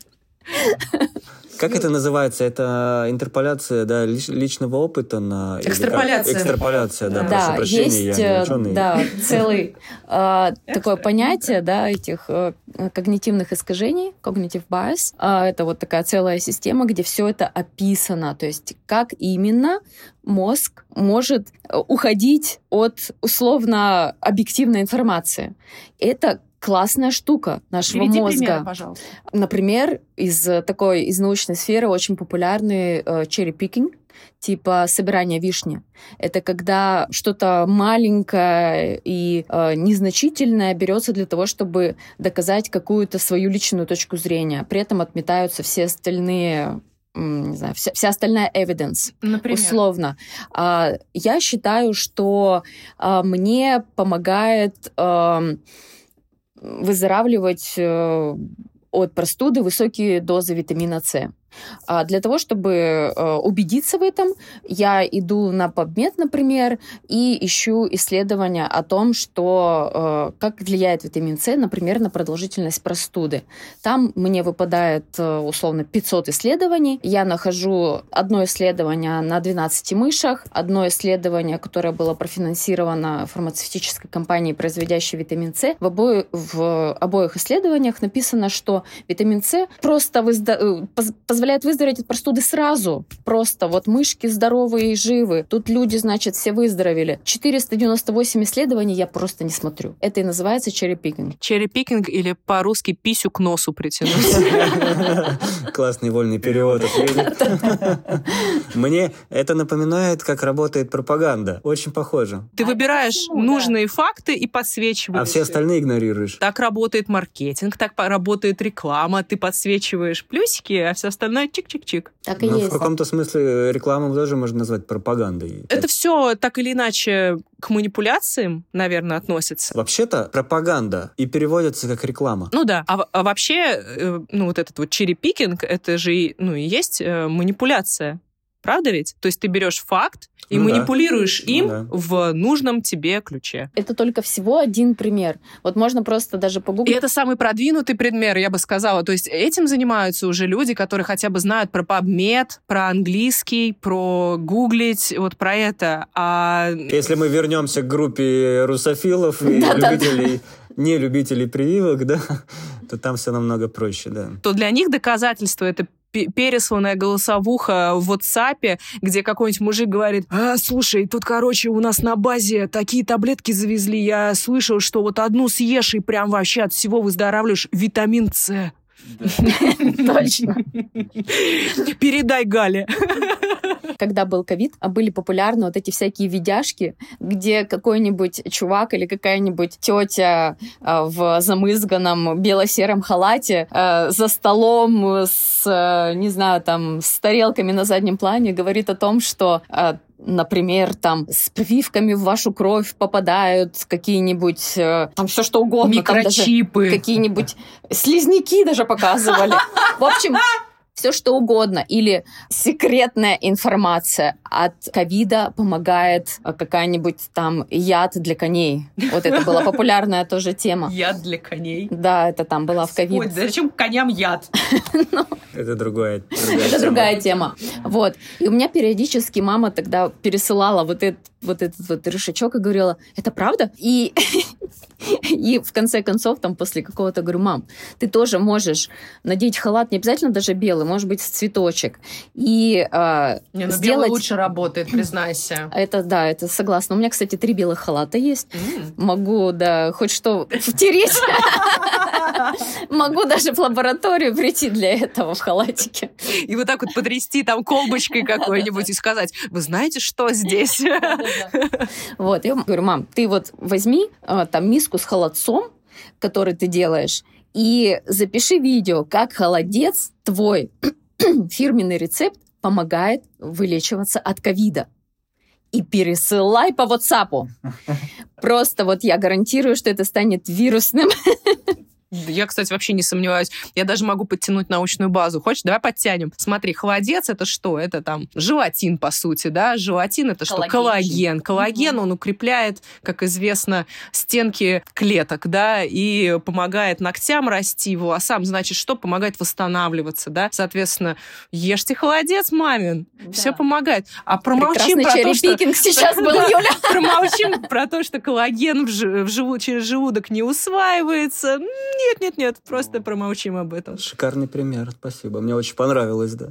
Как это называется? Это интерполяция, личного опыта на... Экстраполяция. Экстраполяция, прошу Да, прощения, есть, я не ученый. целый такое понятие, этих когнитивных искажений, cognitive bias. Это вот такая целая система, где все это описано, то есть как именно мозг может уходить от условно объективной информации. Это классная штука нашего Приведи мозга. пример, пожалуйста. Например, из научной сферы очень популярный cherry picking, типа собирание вишни. Это когда что-то маленькое и незначительное берется для того, чтобы доказать какую-то свою личную точку зрения. При этом отметаются все остальные... не знаю, вся остальная evidence, например? Условно. Я считаю, что мне помогает выздоравливать от простуды высокие дозы витамина С. Для того, чтобы убедиться в этом, я иду на PubMed, например, и ищу исследования о том, как влияет витамин С, например, на продолжительность простуды. Там мне выпадает условно 500 исследований. Я нахожу одно исследование на 12 мышах, одно исследование, которое было профинансировано фармацевтической компанией, производящей витамин С. В обоих исследованиях написано, что витамин С просто позволяет выздороветь от простуды сразу. Просто вот мышки здоровые и живы. Тут люди, значит, все выздоровели. 498 исследований я просто не смотрю. Это и называется черри-пикинг. Черри-пикинг или по-русски писю к носу притянуть. Классный вольный перевод. Мне это напоминает, как работает пропаганда. Очень похоже. Ты выбираешь нужные факты и подсвечиваешь. А все остальные игнорируешь. Так работает маркетинг, так работает реклама. Ты подсвечиваешь плюсики, а все остальное чик-чик-чик. Так и есть. В каком-то смысле рекламу тоже можно назвать пропагандой. Это все так или иначе к манипуляциям, наверное, относится. Вообще-то пропаганда и переводится как реклама. Ну да. А вообще, вот этот вот черри-пикинг, это же и есть манипуляция. Правда ведь? То есть ты берешь факт и манипулируешь им в нужном тебе ключе. Это только всего один пример. Вот можно просто даже погуглить. И это самый продвинутый пример, я бы сказала. То есть этим занимаются уже люди, которые хотя бы знают про PubMed, про английский, про гуглить, вот про это. А... Если мы вернемся к группе русофилов и любителей... не любителей прививок, да, то там все намного проще, да. То для них доказательство — это пересланная голосовуха в WhatsApp, где какой-нибудь мужик говорит: слушай, тут, короче, у нас на базе такие таблетки завезли, я слышал, что вот одну съешь и прям вообще от всего выздоравливаешь, витамин С. Точно. Передай Гале. Когда был ковид, были популярны вот эти всякие видяшки, где какой-нибудь чувак или какая-нибудь тетя в замызганном бело-сером халате за столом с, не знаю, там, с тарелками на заднем плане говорит о том, что... Например, там с прививками в вашу кровь попадают какие-нибудь, там все что угодно. Микрочипы. Там какие-нибудь слизняки даже показывали. В общем, все что угодно. Или секретная информация. От ковида помогает какая-нибудь там яд для коней. Вот это была популярная тоже тема. Яд для коней? Да, это там была в ковид. Ой, зачем коням яд? Это другая тема. Вот. И у меня периодически мама тогда пересылала вот этот решечок и говорила: это правда? И в конце концов, там, после какого-то, говорю: мам, ты тоже можешь надеть халат, не обязательно даже белый, может быть, цветочек. И сделать... белый лучше работает, признайся. Это согласна. У меня, кстати, 3 белых халата есть. Могу, хоть что втереть. Могу даже в лабораторию прийти для этого в халатике. И вот так вот потрясти там колбочкой какой-нибудь и сказать: вы знаете, что здесь? Вот, я говорю: мам, ты вот возьми там миску с холодцом, который ты делаешь, и запиши видео, как холодец, твой фирменный рецепт, помогает вылечиваться от ковида. И пересылай по WhatsApp. Просто вот я гарантирую, что это станет вирусным. Я, кстати, вообще не сомневаюсь. Я даже могу подтянуть научную базу. Хочешь, давай подтянем. Смотри, холодец — это что? Это там желатин, по сути, да? Желатин — это что? Коллаген. Коллаген, он укрепляет, как известно, стенки клеток, да, и помогает ногтям расти, волосам. Значит, что? Помогает восстанавливаться, да? Соответственно, ешьте холодец, мамин. Да. Все помогает. А промолчим про то, что... сейчас был, Юля. Промолчим про то, что коллаген через желудок не усваивается. Нет, просто промолчим об этом. Шикарный пример, спасибо. Мне очень понравилось, да.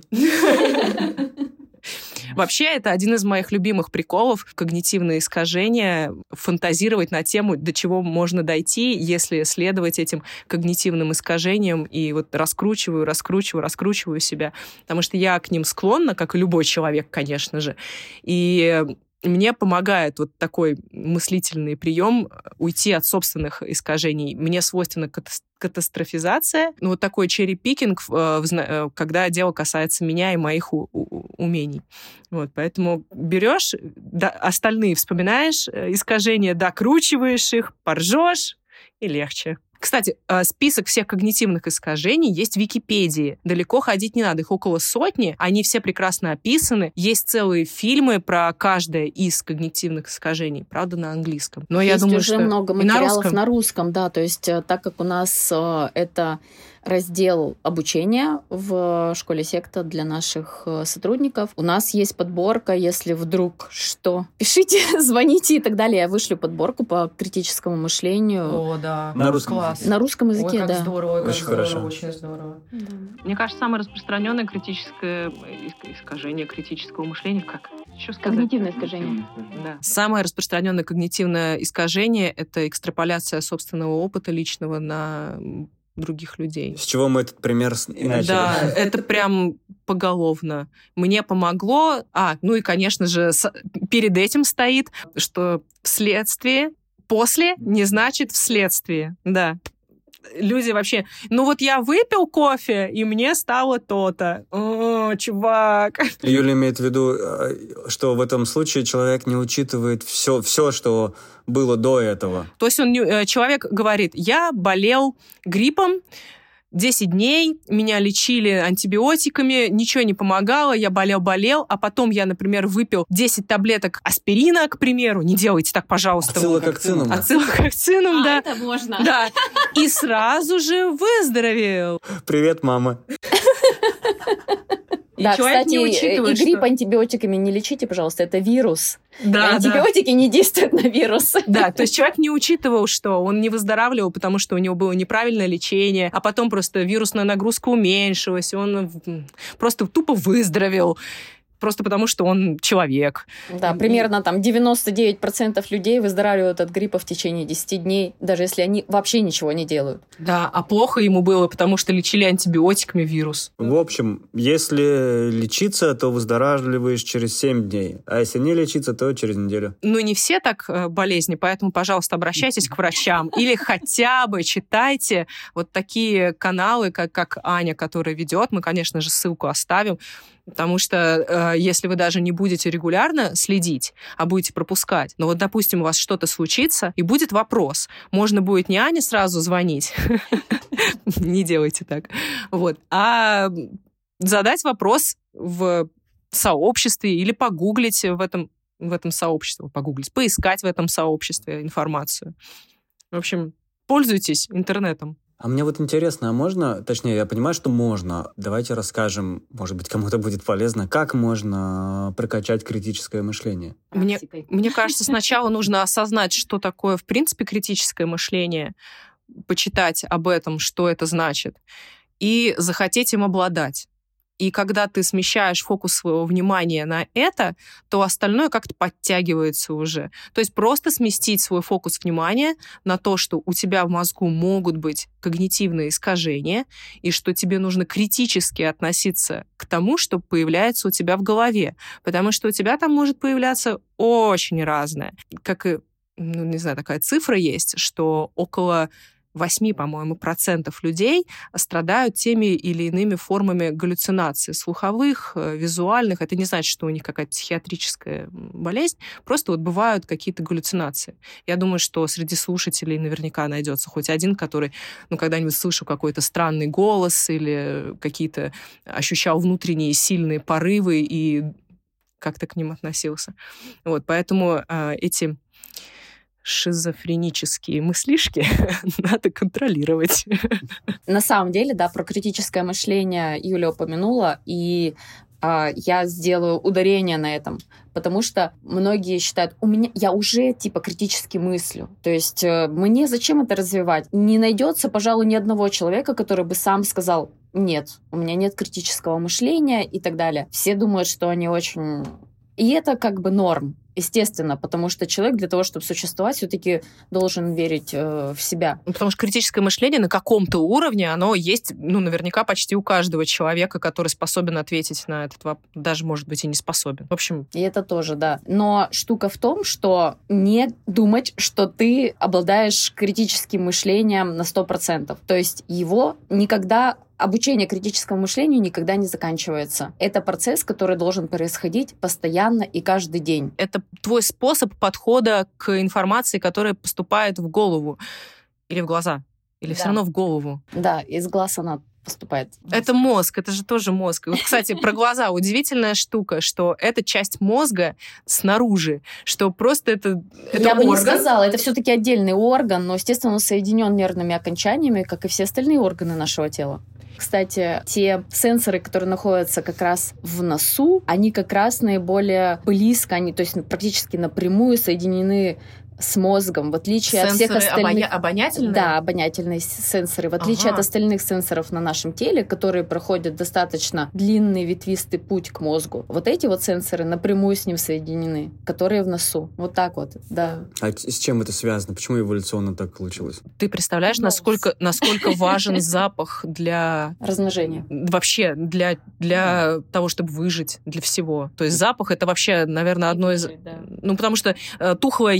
Вообще, это один из моих любимых приколов — когнитивные искажения, фантазировать на тему, до чего можно дойти, если следовать этим когнитивным искажениям, и вот раскручиваю себя, потому что я к ним склонна, как и любой человек, конечно же, и мне помогает вот такой мыслительный прием уйти от собственных искажений. Мне свойственна катастрофизация, вот такой черри-пикинг, когда дело касается меня и моих умений. Вот, поэтому берешь, остальные вспоминаешь искажения, докручиваешь их, поржешь, и легче. Кстати, список всех когнитивных искажений есть в Википедии. Далеко ходить не надо, их около 100, они все прекрасно описаны. Есть целые фильмы про каждое из когнитивных искажений, правда, на английском. Но есть я думаю, уже что много материалов на русском, да, то есть так как у нас это раздел обучения в школе секта для наших сотрудников. У нас есть подборка, если вдруг что, пишите, звоните и так далее. Я вышлю подборку по критическому мышлению. О, да. На русском. Класс. На русском языке, ой, как здорово, очень здорово, хорошо. Очень здорово. Да. Мне кажется, самое распространенное критическое искажение критического мышления, как? Что сказать? Когнитивное искажение. Да. Самое распространенное когнитивное искажение — это экстраполяция собственного опыта личного на других людей. С чего мы этот пример начали? Да, это прям поголовно. Мне помогло... ну и, конечно же, перед этим стоит, что вследствие, после не значит вследствие. Да. Люди вообще... Ну вот я выпил кофе, и мне стало то-то. О, чувак. Юля имеет в виду, что в этом случае человек не учитывает все, что было до этого. То есть человек говорит: я болел гриппом 10 дней меня лечили антибиотиками, ничего не помогало, я болел, а потом я, например, выпил 10 таблеток аспирина, к примеру. Не делайте так, пожалуйста. Ацилококцинум. Ацилококцинум, да. Это можно. Да. И сразу же выздоровел. Привет, мама. Да, человек кстати, не учитывает, и грипп что- антибиотиками не лечите, пожалуйста, это вирус. Да, Антибиотики не действуют на вирус. Да, то есть человек не учитывал, что он не выздоравливал, потому что у него было неправильное лечение, а потом просто вирусная нагрузка уменьшилась, и он просто тупо выздоровел. Просто потому, что он человек. Да, примерно там 99% людей выздоравливают от гриппа в течение 10 дней, даже если они вообще ничего не делают. Да, а плохо ему было, потому что лечили антибиотиками вирус. В общем, если лечиться, то выздоравливаешь через 7 дней, а если не лечиться, то через неделю. Ну, не все так болезни, поэтому, пожалуйста, обращайтесь к врачам или хотя бы читайте вот такие каналы, как Аня, которая ведет. Мы, конечно же, ссылку оставим, потому что если вы даже не будете регулярно следить, а будете пропускать, ну вот, допустим, у вас что-то случится, и будет вопрос, можно будет не Ане сразу звонить, не делайте так, вот, а задать вопрос в сообществе или погуглить в этом сообществе, поискать в этом сообществе информацию. В общем, пользуйтесь интернетом. А мне вот интересно, а можно, точнее, я понимаю, что можно, давайте расскажем, может быть, кому-то будет полезно, как можно прокачать критическое мышление? Мне кажется, сначала нужно осознать, что такое, в принципе, критическое мышление, почитать об этом, что это значит, и захотеть им обладать. И когда ты смещаешь фокус своего внимания на это, то остальное как-то подтягивается уже. То есть просто сместить свой фокус внимания на то, что у тебя в мозгу могут быть когнитивные искажения, и что тебе нужно критически относиться к тому, что появляется у тебя в голове. Потому что у тебя там может появляться очень разное. Как и, не знаю, такая цифра есть, что около 8, по-моему, процентов людей страдают теми или иными формами галлюцинаций, слуховых, визуальных. Это не значит, что у них какая-то психиатрическая болезнь, просто вот бывают какие-то галлюцинации. Я думаю, что среди слушателей наверняка найдется хоть один, который, когда-нибудь слышал какой-то странный голос или какие-то ощущал внутренние сильные порывы и как-то к ним относился. Вот, поэтому эти шизофренические мыслишки надо контролировать. На самом деле, да, про критическое мышление Юля упомянула, и я сделаю ударение на этом, потому что многие считают, я уже типа критически мыслю. То есть мне зачем это развивать? Не найдется, пожалуй, ни одного человека, который бы сам сказал, нет, у меня нет критического мышления и так далее. Все думают, что они очень... И это как бы норм, естественно, потому что человек для того, чтобы существовать, все-таки должен верить в себя. Потому что критическое мышление на каком-то уровне, оно есть, наверняка почти у каждого человека, который способен ответить на этот вопрос, даже, может быть, и не способен. В общем... И это тоже, да. Но штука в том, что не думать, что ты обладаешь критическим мышлением на 100%. То есть его никогда... Обучение критическому мышлению никогда не заканчивается. Это процесс, который должен происходить постоянно и каждый день. Это твой способ подхода к информации, которая поступает в голову или в глаза, или все равно в голову. Да, из глаз она поступает. Это мозг, это же тоже мозг. Вот, кстати, про глаза удивительная штука, что это часть мозга снаружи, что просто это Я орган. бы не сказала, это все-таки отдельный орган, но, естественно, он соединен нервными окончаниями, как и все остальные органы нашего тела. Кстати, те сенсоры, которые находятся как раз в носу, они как раз наиболее близко, то есть практически напрямую соединены с мозгом, в отличие от всех остальных... Обонятельные? Да, обонятельные сенсоры. В отличие от остальных сенсоров на нашем теле, которые проходят достаточно длинный ветвистый путь к мозгу. Вот эти вот сенсоры напрямую с ним соединены, которые в носу. Вот так вот, да. А с чем это связано? Почему эволюционно так получилось? Ты представляешь, насколько важен запах для... Размножения. Вообще, для того, чтобы выжить, для всего. То есть запах — это вообще, наверное, одно из... Да. Потому что тухлая еда, ты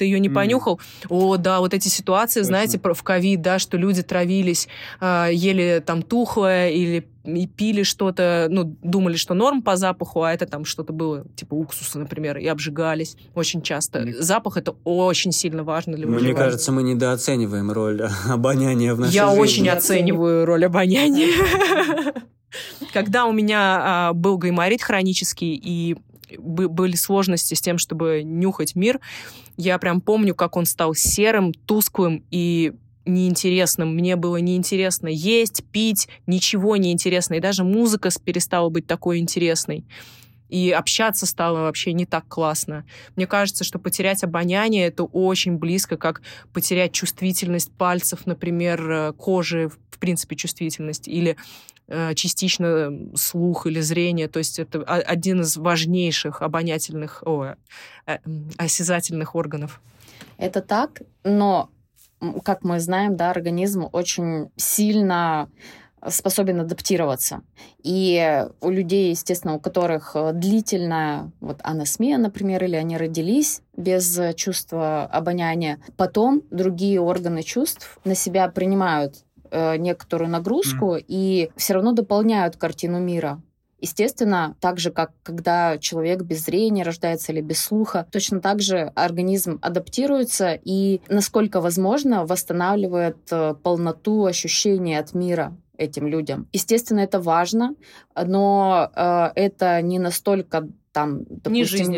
ее не понюхал. О, да, вот эти ситуации, знаете, в ковид, да, что люди травились, ели там тухлое или и пили что-то, ну, думали, что норм по запаху, а это там что-то было, типа уксуса, например, и обжигались очень часто. Запах — это очень сильно важно для выживания. Мне кажется, мы недооцениваем роль обоняния в нашей жизни. Я очень оцениваю роль обоняния. Когда у меня был гайморит хронический и были сложности с тем, чтобы нюхать мир, я прям помню, как он стал серым, тусклым и неинтересным. Мне было неинтересно есть, пить, ничего неинтересно. И даже музыка перестала быть такой интересной. И общаться стало вообще не так классно. Мне кажется, что потерять обоняние — это очень близко, как потерять чувствительность пальцев, например, кожи, в принципе, чувствительность, или частично слух или зрение. То есть это один из важнейших обонятельных, осязательных органов. Это так, но, как мы знаем, да, организм очень сильно способен адаптироваться. И у людей, естественно, у которых длительная анасмия, например, или они родились без чувства обоняния, потом другие органы чувств на себя принимают некоторую нагрузку и все равно дополняют картину мира. Естественно, так же, как когда человек без зрения рождается или без слуха, точно так же организм адаптируется и, насколько возможно, восстанавливает полноту ощущения от мира этим людям. Естественно, это важно, но это не настолько там, допустим,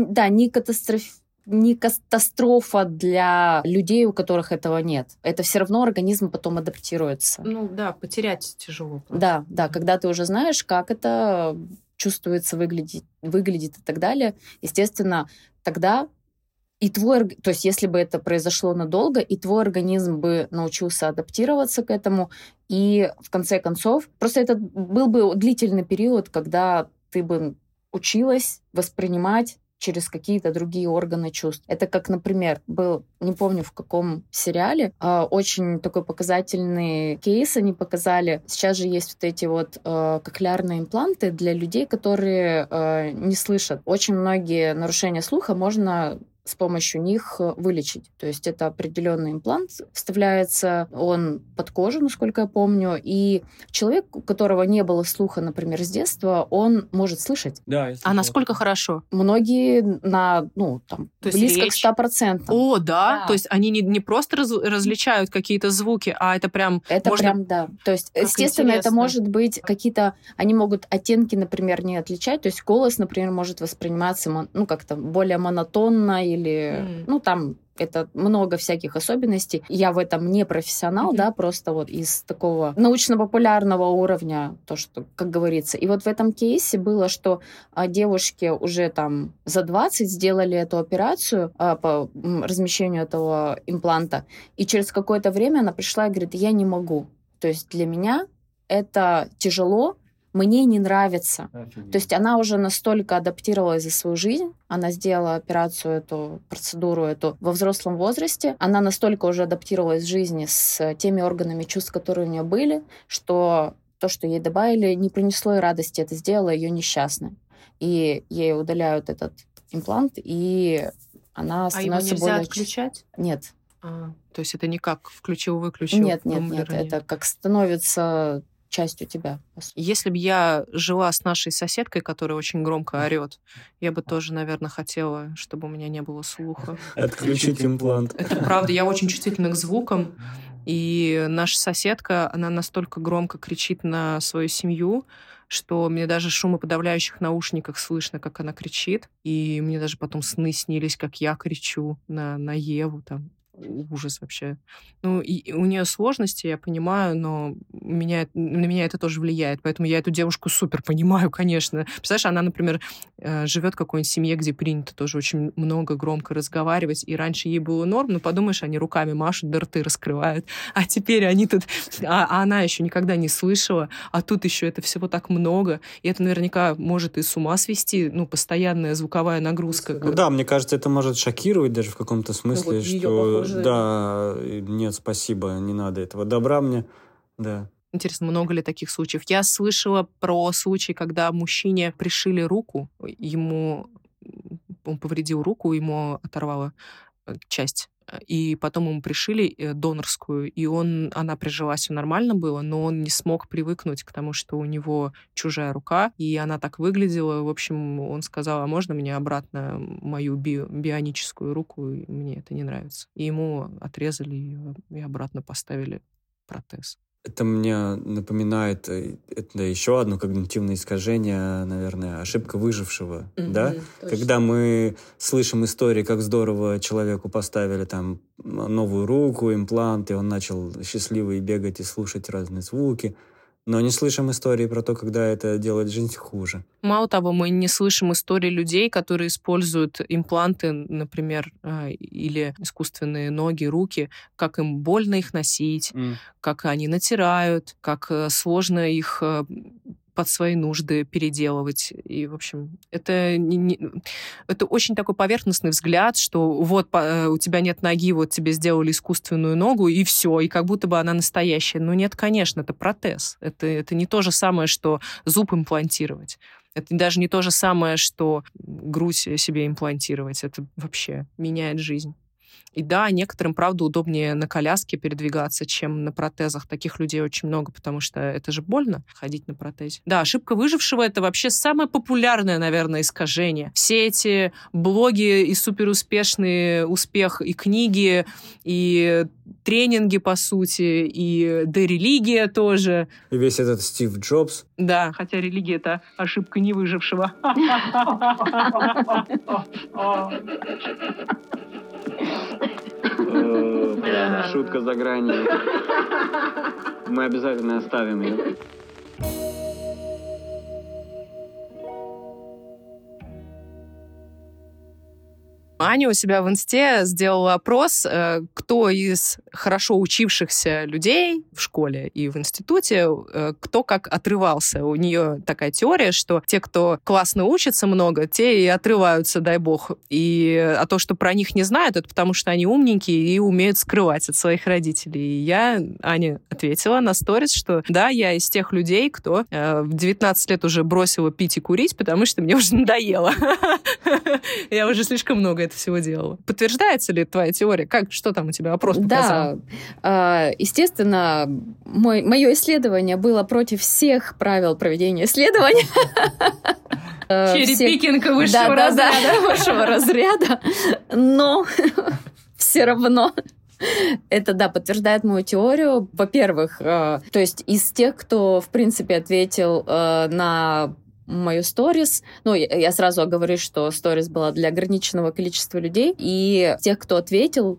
не катастрофа для людей, у которых этого нет. Это все равно организм потом адаптируется. Ну да, потерять тяжело. Да, когда ты уже знаешь, как это чувствуется, выглядит и так далее, естественно, тогда то есть если бы это произошло надолго, и твой организм бы научился адаптироваться к этому, и в конце концов, просто это был бы длительный период, когда ты бы училась воспринимать через какие-то другие органы чувств. Это как, например, был, не помню в каком сериале, очень такой показательный кейс они показали. Сейчас же есть вот эти кохлеарные импланты для людей, которые не слышат. Очень многие нарушения слуха можно с помощью них вылечить. То есть это определенный имплант вставляется, он под кожу, насколько я помню, и человек, у которого не было слуха, например, с детства, он может слышать. Да, а насколько хорошо? Многие близко к 100%. О, да? То есть они не просто различают какие-то звуки, а это прям... Это прям, да. То есть, естественно, это может быть какие-то... Они могут оттенки, например, не отличать. То есть голос, например, может восприниматься как-то более монотонно или, там это много всяких особенностей. Я в этом не профессионал, да, просто из такого научно-популярного уровня, то, что, как говорится. И в этом кейсе было, что девушке уже там за 20 сделали эту операцию по размещению этого импланта, и через какое-то время она пришла и говорит: я не могу. То есть для меня это тяжело, мне не нравится. То есть она уже настолько адаптировалась за свою жизнь, она сделала операцию, эту процедуру эту во взрослом возрасте, она настолько уже адаптировалась в жизни с теми органами чувств, которые у нее были, что то, что ей добавили, не принесло ей радости, это сделало ее несчастной. И ей удаляют этот имплант, и она становится его нельзя отключать? Нет. То есть это не как включил-выключил? Нет, это как становится частью тебя. Если бы я жила с нашей соседкой, которая очень громко орет, я бы тоже, наверное, хотела, чтобы у меня не было слуха. Отключить имплант. Это правда, я очень чувствительна к звукам, и наша соседка, она настолько громко кричит на свою семью, что мне даже в шумоподавляющих наушниках слышно, как она кричит, и мне даже потом сны снились, как я кричу на Еву, там. Ужас вообще. И у нее сложности, я понимаю, но на меня это тоже влияет. Поэтому я эту девушку супер понимаю, конечно. Представляешь, она, например, живет в какой-нибудь семье, где принято тоже очень много громко разговаривать, и раньше ей было норм, но подумаешь, они руками машут, да рты раскрывают. А теперь они тут... А она еще никогда не слышала, а тут еще это всего так много. И это наверняка может и с ума свести, постоянная звуковая нагрузка. Да, мне кажется, это может шокировать даже в каком-то смысле, что... Да, нет, спасибо, не надо этого добра мне, да. Интересно, много ли таких случаев? Я слышала про случай, когда мужчине пришили руку, он повредил руку, ему оторвало, часть. И потом ему пришили донорскую, и она прижилась, все нормально было, но он не смог привыкнуть к тому, что у него чужая рука, и она так выглядела. В общем, он сказал, а можно мне обратно мою бионическую руку? И мне это не нравится. И ему отрезали ее и обратно поставили протез. Это мне напоминает это еще одно когнитивное искажение, наверное, ошибка выжившего, да? Точно. Когда мы слышим истории, как здорово человеку поставили там новую руку, имплант, и он начал счастливый бегать и слушать разные звуки, но не слышим истории про то, когда это делает жизнь хуже. Мало того, мы не слышим истории людей, которые используют импланты, например, или искусственные ноги, руки, как им больно их носить, как они натирают, как сложно их под свои нужды переделывать. И, в общем, это очень такой поверхностный взгляд, что вот у тебя нет ноги, вот тебе сделали искусственную ногу, и все, и как будто бы она настоящая. Но нет, конечно, это протез. Это не то же самое, что зуб имплантировать. Это даже не то же самое, что грудь себе имплантировать. Это вообще меняет жизнь. И да, некоторым, правда, удобнее на коляске передвигаться, чем на протезах. Таких людей очень много, потому что это же больно ходить на протезе. Да, ошибка выжившего — это вообще самое популярное, наверное, искажение. Все эти блоги и суперуспешный успех, и книги, и тренинги, по сути, и да, религия тоже. И весь этот Стив Джобс. Да, хотя религия — это ошибка не выжившего. Шутка за гранью. Мы обязательно оставим ее. Аня у себя в инсте сделала опрос, кто из хорошо учившихся людей в школе и в институте, кто как отрывался. У нее такая теория, что те, кто классно учатся много, те и отрываются, дай бог. А то, что про них не знают, это потому что они умненькие и умеют скрывать от своих родителей. И я, Аня, ответила на сторис, что да, я из тех людей, кто в 19 лет уже бросила пить и курить, потому что мне уже надоело. Я уже слишком много всего делала. Подтверждается ли твоя теория? Что там у тебя опрос показал? Да, естественно, мое исследование было против всех правил проведения исследования. Черепикинг высшего разряда. Да, высшего разряда. Но все равно это, да, подтверждает мою теорию. Во-первых, то есть из тех, кто, в принципе, ответил на мою сторис. Ну, я сразу оговорюсь, что сторис была для ограниченного количества людей. И тех, кто ответил,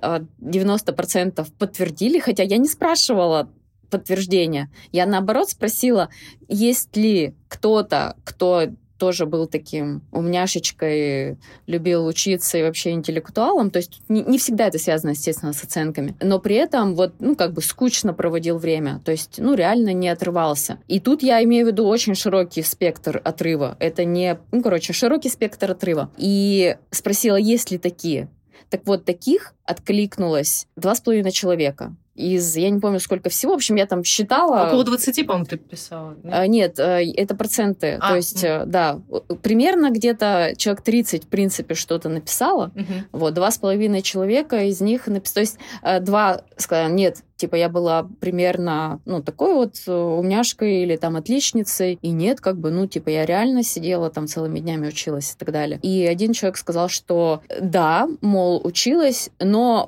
90% подтвердили, хотя я не спрашивала подтверждения. Я, наоборот, спросила, есть ли кто-то, кто тоже был таким умняшечкой, любил учиться и вообще интеллектуалом. То есть не всегда это связано, естественно, с оценками. Но при этом скучно проводил время. То есть, реально не отрывался. И тут я имею в виду очень широкий спектр отрыва. Это не... широкий спектр отрыва. И спросила, есть ли такие. Так вот, таких откликнулось 2,5 человека. Я не помню, сколько всего. В общем, я там считала... Около 20, по-моему, ты писала. Нет, это проценты. То есть, да, примерно где-то человек 30, в принципе, что-то написало. Вот, 2,5 человека из них написали... То есть, 2 сказали, нет, типа, я была примерно, такой вот умняшкой или там отличницей. И нет, я реально сидела там целыми днями училась и так далее. И один человек сказал, что да, мол, училась, но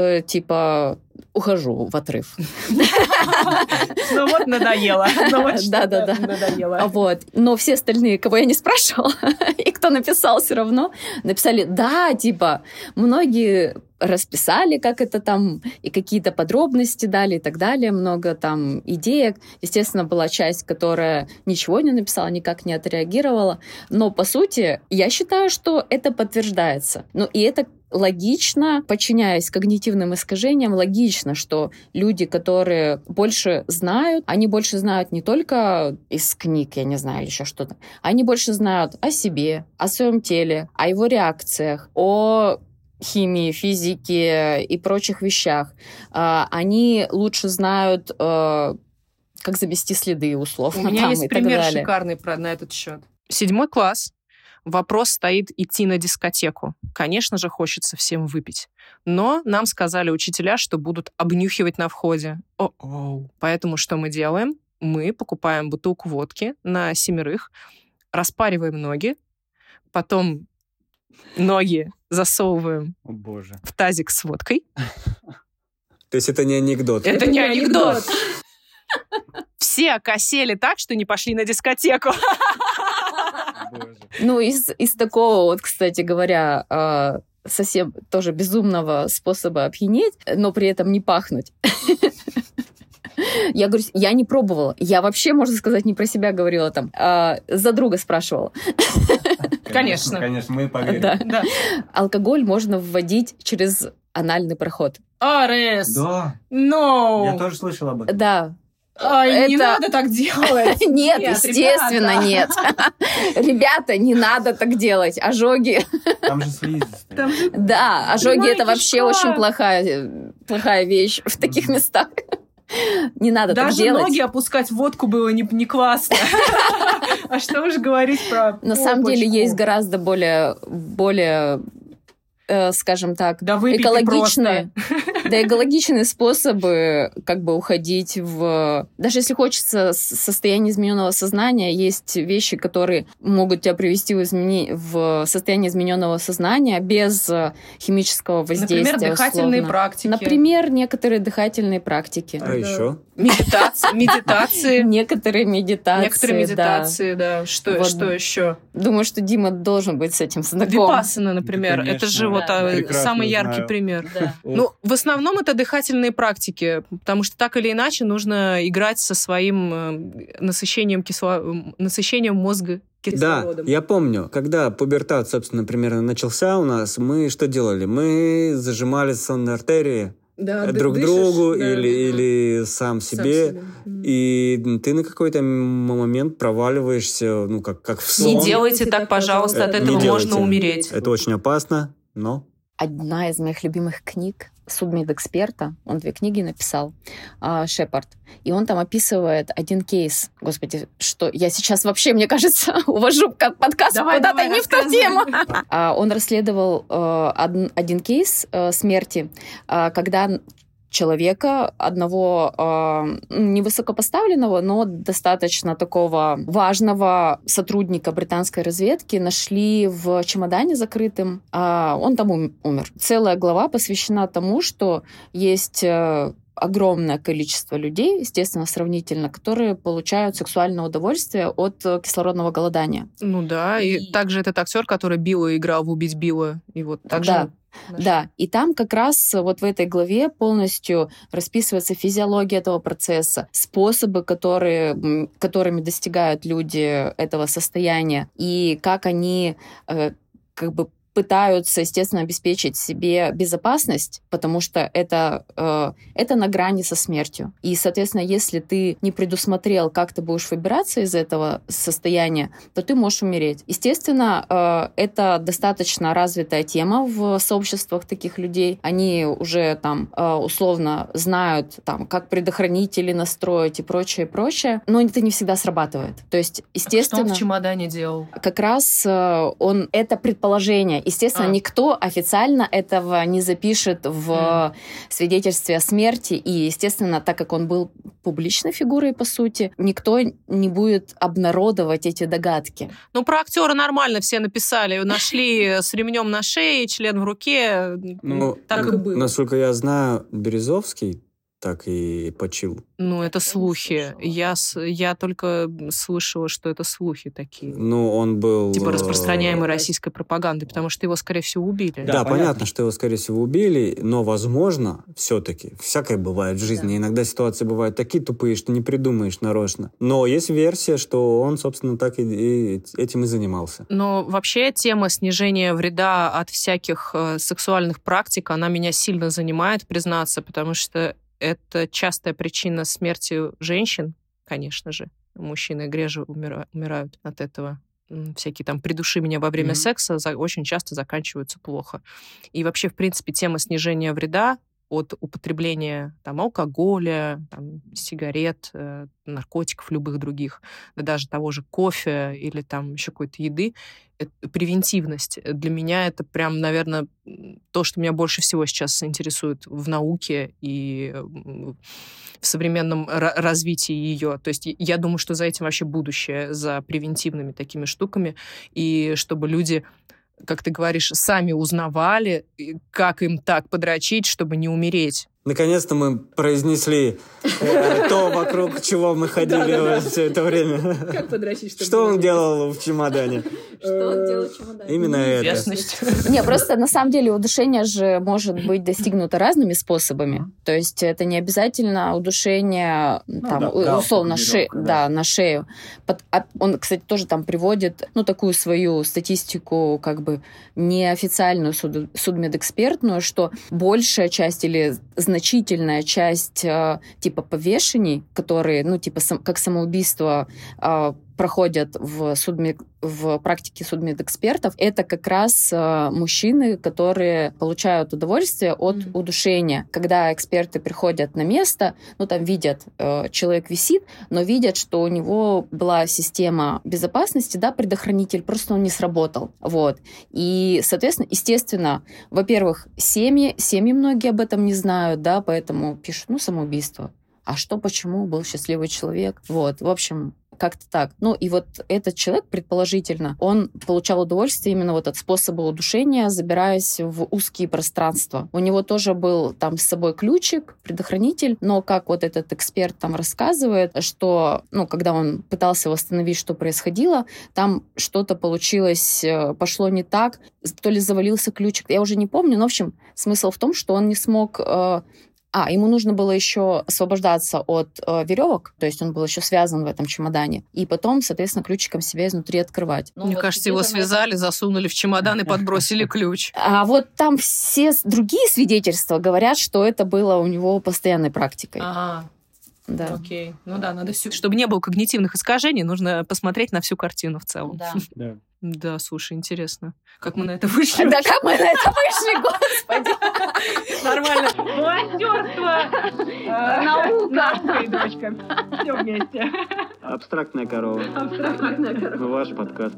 ухожу в отрыв. Ну вот надоело. Да. Вот. Но все остальные, кого я не спрашивала, и кто написал все равно, написали, да, многие расписали, как это там, и какие-то подробности дали и так далее, много там идеек. Естественно, была часть, которая ничего не написала, никак не отреагировала. Но, по сути, я считаю, что это подтверждается. И это логично, подчиняясь когнитивным искажениям, логично, что люди, которые больше знают, они больше знают не только из книг, я не знаю, или еще что-то, они больше знают о себе, о своем теле, о его реакциях, о химии, физике и прочих вещах. Они лучше знают, как замести следы, условно. У меня есть пример шикарный на этот счет. 7 класс. вопрос стоит идти на дискотеку. Конечно же, хочется всем выпить. Но нам сказали учителя, что будут обнюхивать на входе. Поэтому что мы делаем? Мы покупаем бутылку водки на 7, распариваем ноги, потом ноги засовываем в тазик с водкой. То есть это не анекдот? Это не анекдот. Все окосели так, что не пошли на дискотеку. Ну, из такого вот, кстати говоря, совсем тоже безумного способа опьянеть, но при этом не пахнуть. Я говорю, я не пробовала. Я вообще, можно сказать, не про себя говорила там. За друга спрашивала. Конечно. Конечно, мы поверим. Да. Алкоголь можно вводить через анальный проход. Арес! Да. No! Я тоже слышала об этом. Да. Не надо так делать. Нет, естественно, нет. Ребята, не надо так делать. Ожоги. Там же слизистые. Да, ожоги — это вообще очень плохая вещь в таких местах. Не надо так делать. Даже ноги опускать в водку было не классно. А что уж говорить про На самом деле есть гораздо более скажем так, экологичные способы как бы уходить в... Даже если хочется состояние измененного сознания, есть вещи, которые могут тебя привести в состояние измененного сознания без химического воздействия. Например, дыхательные практики. Например, некоторые дыхательные практики. А еще? Медитации. Некоторые медитации, да. Что еще? Думаю, что Дима должен быть с этим знаком. Випассана, например. Это же вот самый яркий пример. Ну, в основном это дыхательные практики, потому что так или иначе нужно играть со своим насыщением мозга кислородом. Да, я помню, когда пубертат, собственно, примерно начался у нас, мы что делали? Мы зажимали сонные артерии друг другу или сам себе. И ты на какой-то момент проваливаешься, ну, как в сон. Не делайте так, пожалуйста, от этого можно умереть. Это очень опасно, но... Одна из моих любимых книг судмедэксперта, он 2 книги написал, Шепард, и он там описывает один кейс. Господи, что я сейчас вообще, мне кажется, увожу подкаст куда-то не в ту тему. Он расследовал один кейс смерти, когда человека, одного невысокопоставленного, но достаточно такого важного сотрудника британской разведки нашли в чемодане закрытым, а он там умер. Целая глава посвящена тому, что есть огромное количество людей, естественно, сравнительно, которые получают сексуальное удовольствие от кислородного голодания. Ну да, и также этот актер, который Билла играл в «Убить Билла», и вот так же... Да, и там как раз вот в этой главе полностью расписывается физиология этого процесса, способы, которыми достигают люди этого состояния, и как они как бы пытаются, естественно, обеспечить себе безопасность, потому что это на грани со смертью. И, соответственно, если ты не предусмотрел, как ты будешь выбираться из этого состояния, то ты можешь умереть. Естественно, это достаточно развитая тема в сообществах таких людей. Они уже там условно знают, там, как предохранители настроить и прочее, но это не всегда срабатывает. То есть, естественно... А что он в чемодане делал? Как раз это предположение. Естественно, никто официально этого не запишет в свидетельстве о смерти. И, естественно, так как он был публичной фигурой, по сути, никто не будет обнародовать эти догадки. Ну, про актера нормально все написали. Нашли с ремнем на шее, член в руке. Так и было. Насколько я знаю, Березовский так и почил. Ну, это слухи. Я только слышала, что это слухи такие. Ну, он был... Типа распространяемой российской пропагандой, потому что его, скорее всего, убили. Да, понятно, что его, скорее всего, убили, но, возможно, все-таки, всякое бывает в жизни. Да. Иногда ситуации бывают такие тупые, что не придумаешь нарочно. Но есть версия, что он, собственно, так и этим и занимался. Но вообще тема снижения вреда от всяких сексуальных практик, она меня сильно занимает, признаться, потому что это частая причина смерти женщин, конечно же. Мужчины реже умирают от этого. Всякие там «придуши меня во время секса» очень часто заканчиваются плохо. И вообще, в принципе, тема снижения вреда от употребления там, алкоголя, там, сигарет, наркотиков, любых других, да даже того же кофе или там еще какой-то еды. Превентивность. Для меня это прям, наверное, то, что меня больше всего сейчас интересует в науке и в современном развитии ее. То есть я думаю, что за этим вообще будущее, за превентивными такими штуками, и чтобы люди, как ты говоришь, сами узнавали, как им так подрочить, чтобы не умереть. Наконец-то мы произнесли то, вокруг чего мы ходили все это время. Как подрочить, чтобы Что он делал в чемодане? Что он делал в чемодане? Именно это. Известность. Не, просто на самом деле удушение же может быть достигнуто разными способами. То есть это не обязательно удушение, там, условно, на шею. Он, кстати, тоже там приводит, такую свою статистику, как бы неофициальную судмедэкспертную, что большая часть или значительная часть типа повешений, которые, как самоубийство, проходят в практике судмедэкспертов, это как раз мужчины, которые получают удовольствие от удушения. Когда эксперты приходят на место, там видят, человек висит, но видят, что у него была система безопасности, предохранитель, просто он не сработал. Вот. И, соответственно, естественно, во-первых, семьи многие об этом не знают, поэтому пишут, самоубийство. А что, почему? Был счастливый человек. Вот, в общем, как-то так. И вот этот человек, предположительно, он получал удовольствие именно от способа удушения, забираясь в узкие пространства. У него тоже был там с собой ключик, предохранитель, но как вот этот эксперт там рассказывает, что, когда он пытался восстановить, что происходило, там что-то получилось, пошло не так, то ли завалился ключик, я уже не помню, но, в общем, смысл в том, что он не смог... ему нужно было еще освобождаться от веревок, то есть он был еще связан в этом чемодане, и потом, соответственно, ключиком себя изнутри открывать. Мне кажется, его связали, засунули в чемодан и подбросили ключ. А вот там все другие свидетельства говорят, что это было у него постоянной практикой. Да. Окей. Надо чтобы не было когнитивных искажений, нужно посмотреть на всю картину в целом. Да. Да, слушай, интересно. Как мы на это вышли? Да, как мы на это вышли, господи. Нормально. Волонтерство, наука, дочка. Все вместе. Абстрактная корова. Ваш подкаст.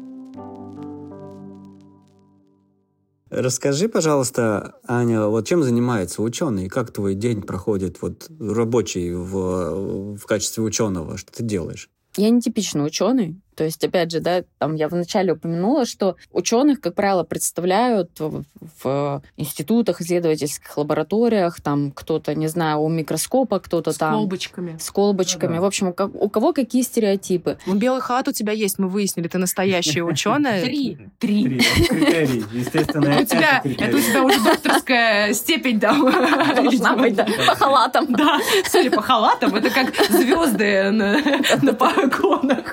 Расскажи, пожалуйста, Аня, чем занимается ученый? Как твой день проходит рабочий в качестве ученого? Что ты делаешь? Я не типичный ученый. То есть, опять же, я вначале упомянула, что ученых, как правило, представляют в институтах, исследовательских лабораториях, там кто-то, не знаю, у микроскопа, кто-то там... С колбочками. Да. В общем, у кого какие стереотипы. Белый халат у тебя есть, мы выяснили, ты настоящая ученая. 3. Критерий, естественно. Это у тебя уже докторская степень там. Должна быть, по халатам. Да, судя по халатам, это как звезды на погонах.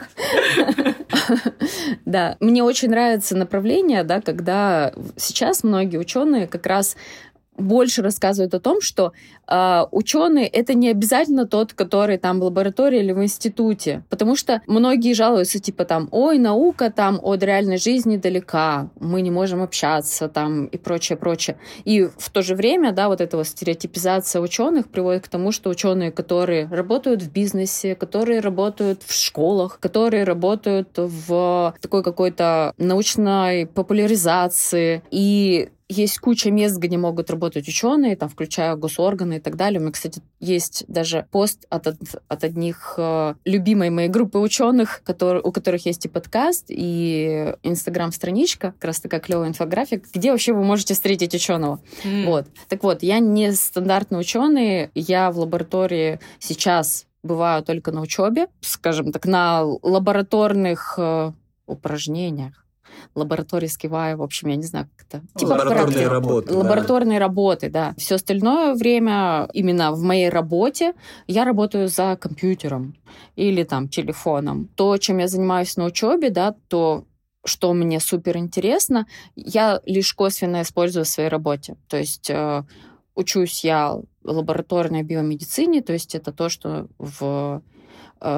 Да, мне очень нравится направление, когда сейчас многие ученые как раз больше рассказывают о том, что ученый — это не обязательно тот, который там в лаборатории или в институте. Потому что многие жалуются, ой, наука там от реальной жизни далека, мы не можем общаться там и прочее. И в то же время, эта стереотипизация ученых приводит к тому, что ученые, которые работают в бизнесе, которые работают в школах, которые работают в такой какой-то научной популяризации, и есть куча мест, где могут работать ученые, там, включая госорганы и так далее. У меня, кстати, есть даже пост от одних любимой моей группы ученых, у которых есть и подкаст, и инстаграм-страничка, как раз такая клевая инфографика, где вообще вы можете встретить ученого. Вот. Так вот, я не стандартный ученый, я в лаборатории сейчас бываю только на учебе, скажем так, на лабораторных упражнениях. Лаборатории скиваю, в общем, я не знаю, как это. Лабораторные работы. Лабораторные работы, да. Все остальное время именно в моей работе я работаю за компьютером или там телефоном. То, чем я занимаюсь на учебе, то, что мне супер интересно, я лишь косвенно использую в своей работе. То есть учусь я лабораторной биомедицине, то есть это то, что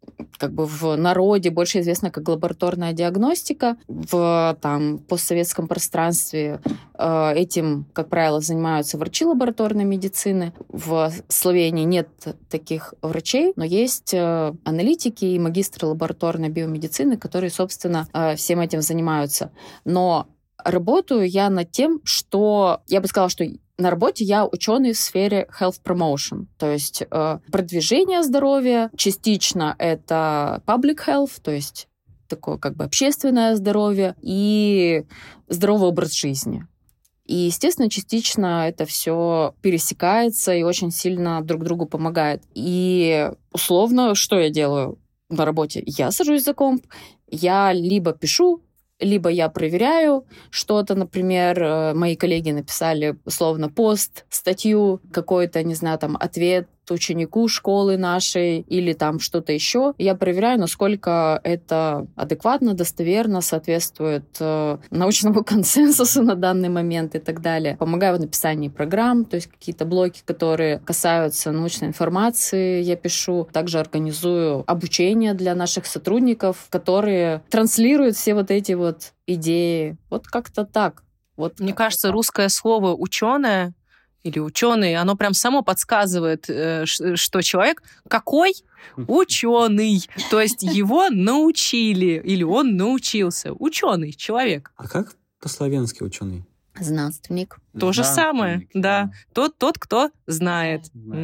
как бы в народе больше известна как лабораторная диагностика. В постсоветском пространстве этим, как правило, занимаются врачи лабораторной медицины. В Словении нет таких врачей, но есть аналитики и магистры лабораторной биомедицины, которые, собственно, всем этим занимаются. Но работаю я над тем, что я бы сказала, что на работе я ученый в сфере health promotion, то есть продвижение здоровья. Частично это public health, то есть такое как бы общественное здоровье и здоровый образ жизни. И, естественно, частично это все пересекается и очень сильно друг другу помогает. И условно, что я делаю на работе? Я сажусь за комп, я либо пишу, либо я проверяю что-то, например, мои коллеги написали условно пост, статью, какой-то, не знаю, там ответ ученику школы нашей или там что-то еще. Я проверяю, насколько это адекватно, достоверно, соответствует научному консенсусу на данный момент и так далее. Помогаю в написании программ, то есть какие-то блоки, которые касаются научной информации, я пишу. Также организую обучение для наших сотрудников, которые транслируют все вот эти вот идеи. Вот как-то так. Вот мне кажется, русское слово «ученое» или ученый, оно прям само подсказывает, что человек какой ученый. То есть его научили, или он научился. Ученый человек. А как по-словенски ученый? Знанственник. То же самое, да. Тот, кто знает.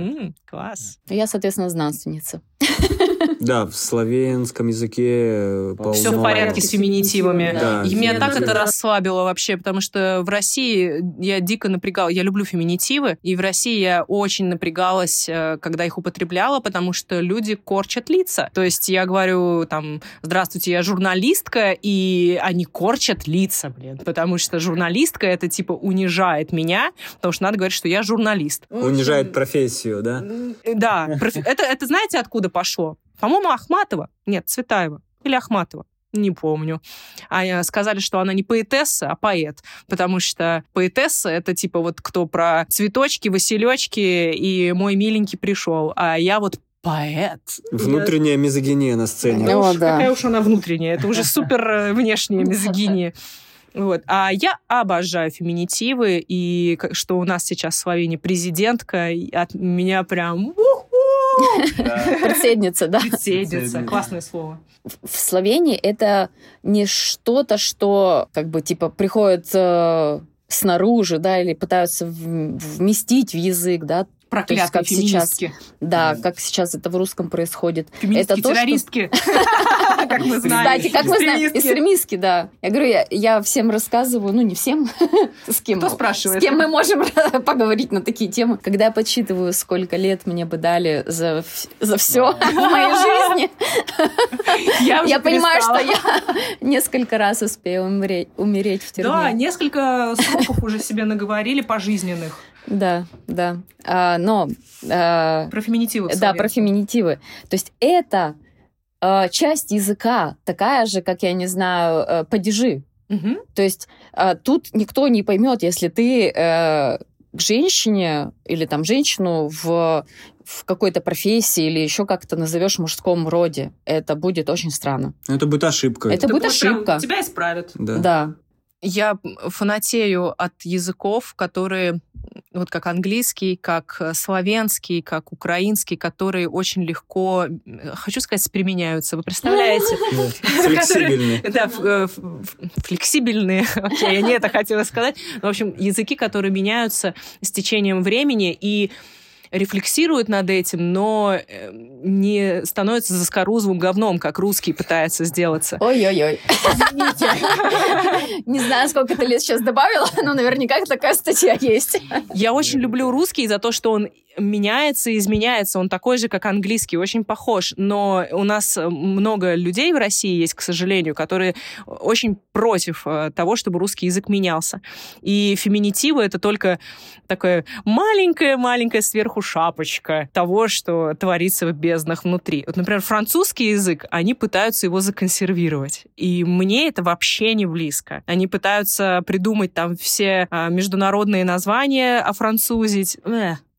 Класс. Я, соответственно, знанственница. Да, в славянском языке все в порядке с феминитивами. Да, и меня так это расслабило вообще, потому что в России я дико напрягалась. Я люблю феминитивы, и в России я очень напрягалась, когда их употребляла, потому что люди корчат лица. То есть я говорю там: здравствуйте, я журналистка, и они корчат лица, потому что журналистка это типа унижает меня, потому что надо говорить, что я журналист. Унижает профессию, да? Да. Это знаете, откуда пошло? По-моему, Ахматова. Нет, Цветаева. Или Ахматова. Не помню. А сказали, что она не поэтесса, а поэт. Потому что поэтесса — это типа вот кто про цветочки, василечки и мой миленький пришел. А я вот поэт. Внутренняя мизогиния на сцене. Какая уж она внутренняя. Это уже супер внешняя мизогиния. Вот. А я обожаю феминитивы, и что у нас сейчас в Словении президентка, и от меня прям... Председница, да. Председница. Классное слово. В Словении это не что-то, что как бы типа приходит снаружи, да, или пытаются вместить в язык, да. Проклятые как феминистки. Сейчас, да, как сейчас это в русском происходит. Феминистки-террористки. Как мы знаем. Кстати, как мы знаем, экстремистки, да. Я говорю, я всем рассказываю, ну не всем, с кем. Кто спрашивает? С кем мы можем поговорить на такие темы. Когда я подсчитываю, сколько лет мне бы дали за все в моей жизни, я понимаю, что я несколько раз успею умереть в тюрьме. Да, несколько сроков уже себе наговорили пожизненных. Да, да. Но... Про феминитивы. Да, про феминитивы. То есть это часть языка, такая же, как, я не знаю, падежи. Угу. То есть тут никто не поймет, если ты к женщине или там женщину в какой-то профессии или еще как-то назовешь в мужском роде. Это будет очень странно. Это будет ошибка. Это будет ошибка. Тебя исправят. Да. Я фанатею от языков, которые, вот как английский, как славянский, как украинский, которые очень легко, хочу сказать, применяются. Вы представляете? Флексибельные. Да, флексибельные. Окей, я не это хотела сказать. В общем, языки, которые меняются с течением времени и рефлексируют над этим, но не становятся заскорузлым говном, как русский пытается сделаться. Ой-ой-ой. Извините. Не знаю, сколько ты лет сейчас добавила, но наверняка такая статья есть. Я очень люблю русский за то, что он меняется и изменяется. Он такой же, как английский, очень похож. Но у нас много людей в России есть, к сожалению, которые очень против того, чтобы русский язык менялся. И феминитивы — это только такая маленькая-маленькая сверху шапочка того, что творится в безднах внутри. Вот, например, французский язык, они пытаются его законсервировать. И мне это вообще не близко. Они пытаются придумать там все международные названия, офранцузить.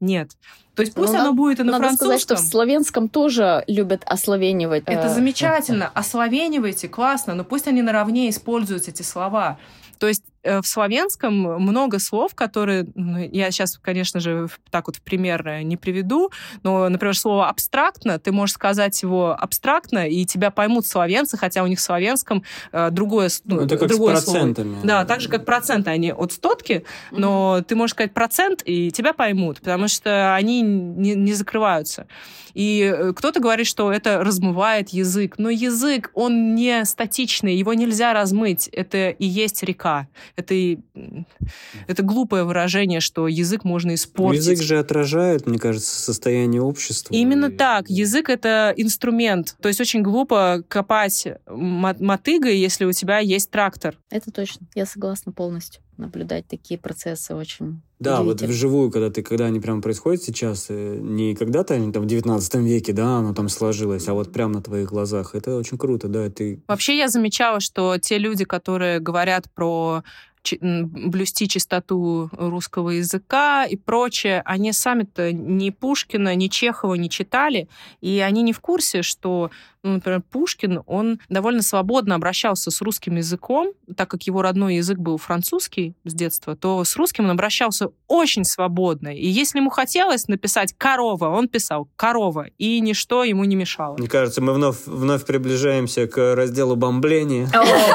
Нет. То есть пусть оно будет и на французском. Надо сказать, что в славянском тоже любят ославенивать. Это замечательно. Ославенивайте, классно, но пусть они наравне используют эти слова. То есть в славянском много слов, которые... Я сейчас, конечно же, так вот в пример не приведу, но, например, слово «абстрактно», ты можешь сказать его абстрактно, и тебя поймут славянцы, хотя у них в славянском другое слово. Это как с процентами. Слово. Да, так же, как проценты. Они от стотки, но ты можешь сказать процент, и тебя поймут, потому что они не закрываются. И кто-то говорит, что это размывает язык. Но язык, он не статичный, его нельзя размыть. Это и есть река. Это глупое выражение, что язык можно испортить. Язык же отражает, мне кажется, состояние общества. Именно так. Язык — это инструмент. То есть очень глупо копать мотыгой, если у тебя есть трактор. Это точно. Я согласна полностью. Наблюдать такие процессы очень Да, вот вживую, когда они прямо происходят сейчас, не когда-то они там в 19 веке, да, оно там сложилось, а вот прямо на твоих глазах. Это очень круто, да. Вообще я замечала, что те люди, которые говорят про блюсти чистоту русского языка и прочее, они сами-то ни Пушкина, ни Чехова не читали, и они не в курсе, что, например, Пушкин, он довольно свободно обращался с русским языком, так как его родной язык был французский с детства, то с русским он обращался очень свободно. И если ему хотелось написать «корова», он писал «корова», и ничто ему не мешало. Мне кажется, мы вновь приближаемся к разделу бомбления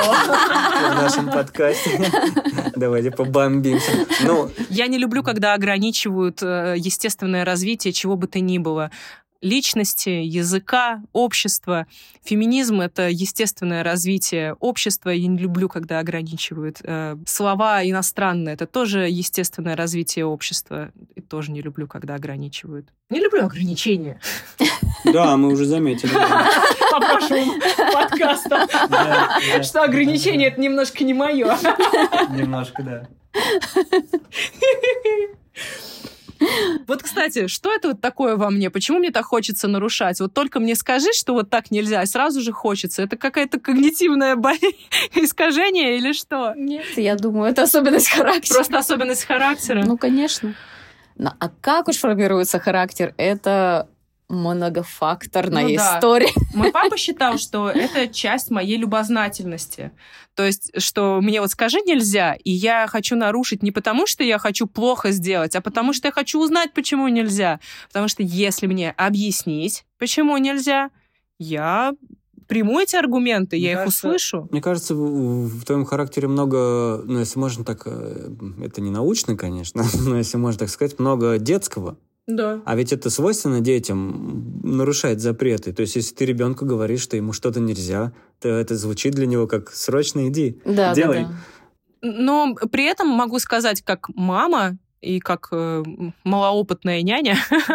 в нашем подкасте. Давайте побомбимся. Я не люблю, когда ограничивают естественное развитие чего бы то ни было. Личности, языка, общества. Феминизм — это естественное развитие общества. Я не люблю, когда ограничивают. Слова иностранные — это тоже естественное развитие общества. И тоже не люблю, когда ограничивают. Не люблю ограничения. Да, мы уже заметили. По прошлому подкасту. Что ограничения — это немножко не мое. Немножко, да. Вот, кстати, что это вот такое во мне? Почему мне так хочется нарушать? Вот только мне скажи, что вот так нельзя, и сразу же хочется. Это какое-то когнитивное искажение или что? Нет, я думаю, это особенность характера. Просто особенность характера? Ну, конечно. А как уж формируется характер? Это многофакторная история. Мой папа считал, что это часть моей любознательности. То есть, что мне вот скажи нельзя, и я хочу нарушить не потому, что я хочу плохо сделать, а потому что я хочу узнать, почему нельзя. Потому что если мне объяснить, почему нельзя, я приму эти аргументы, я их услышу. Мне кажется, в твоем характере много, если можно так, это не научно, конечно, но если можно так сказать, много детского. Да. А ведь это свойственно детям нарушать запреты. То есть, если ты ребенку говоришь, что ему что-то нельзя, то это звучит для него как «срочно иди, делай». Да. Но при этом могу сказать, как мама и как малоопытная няня,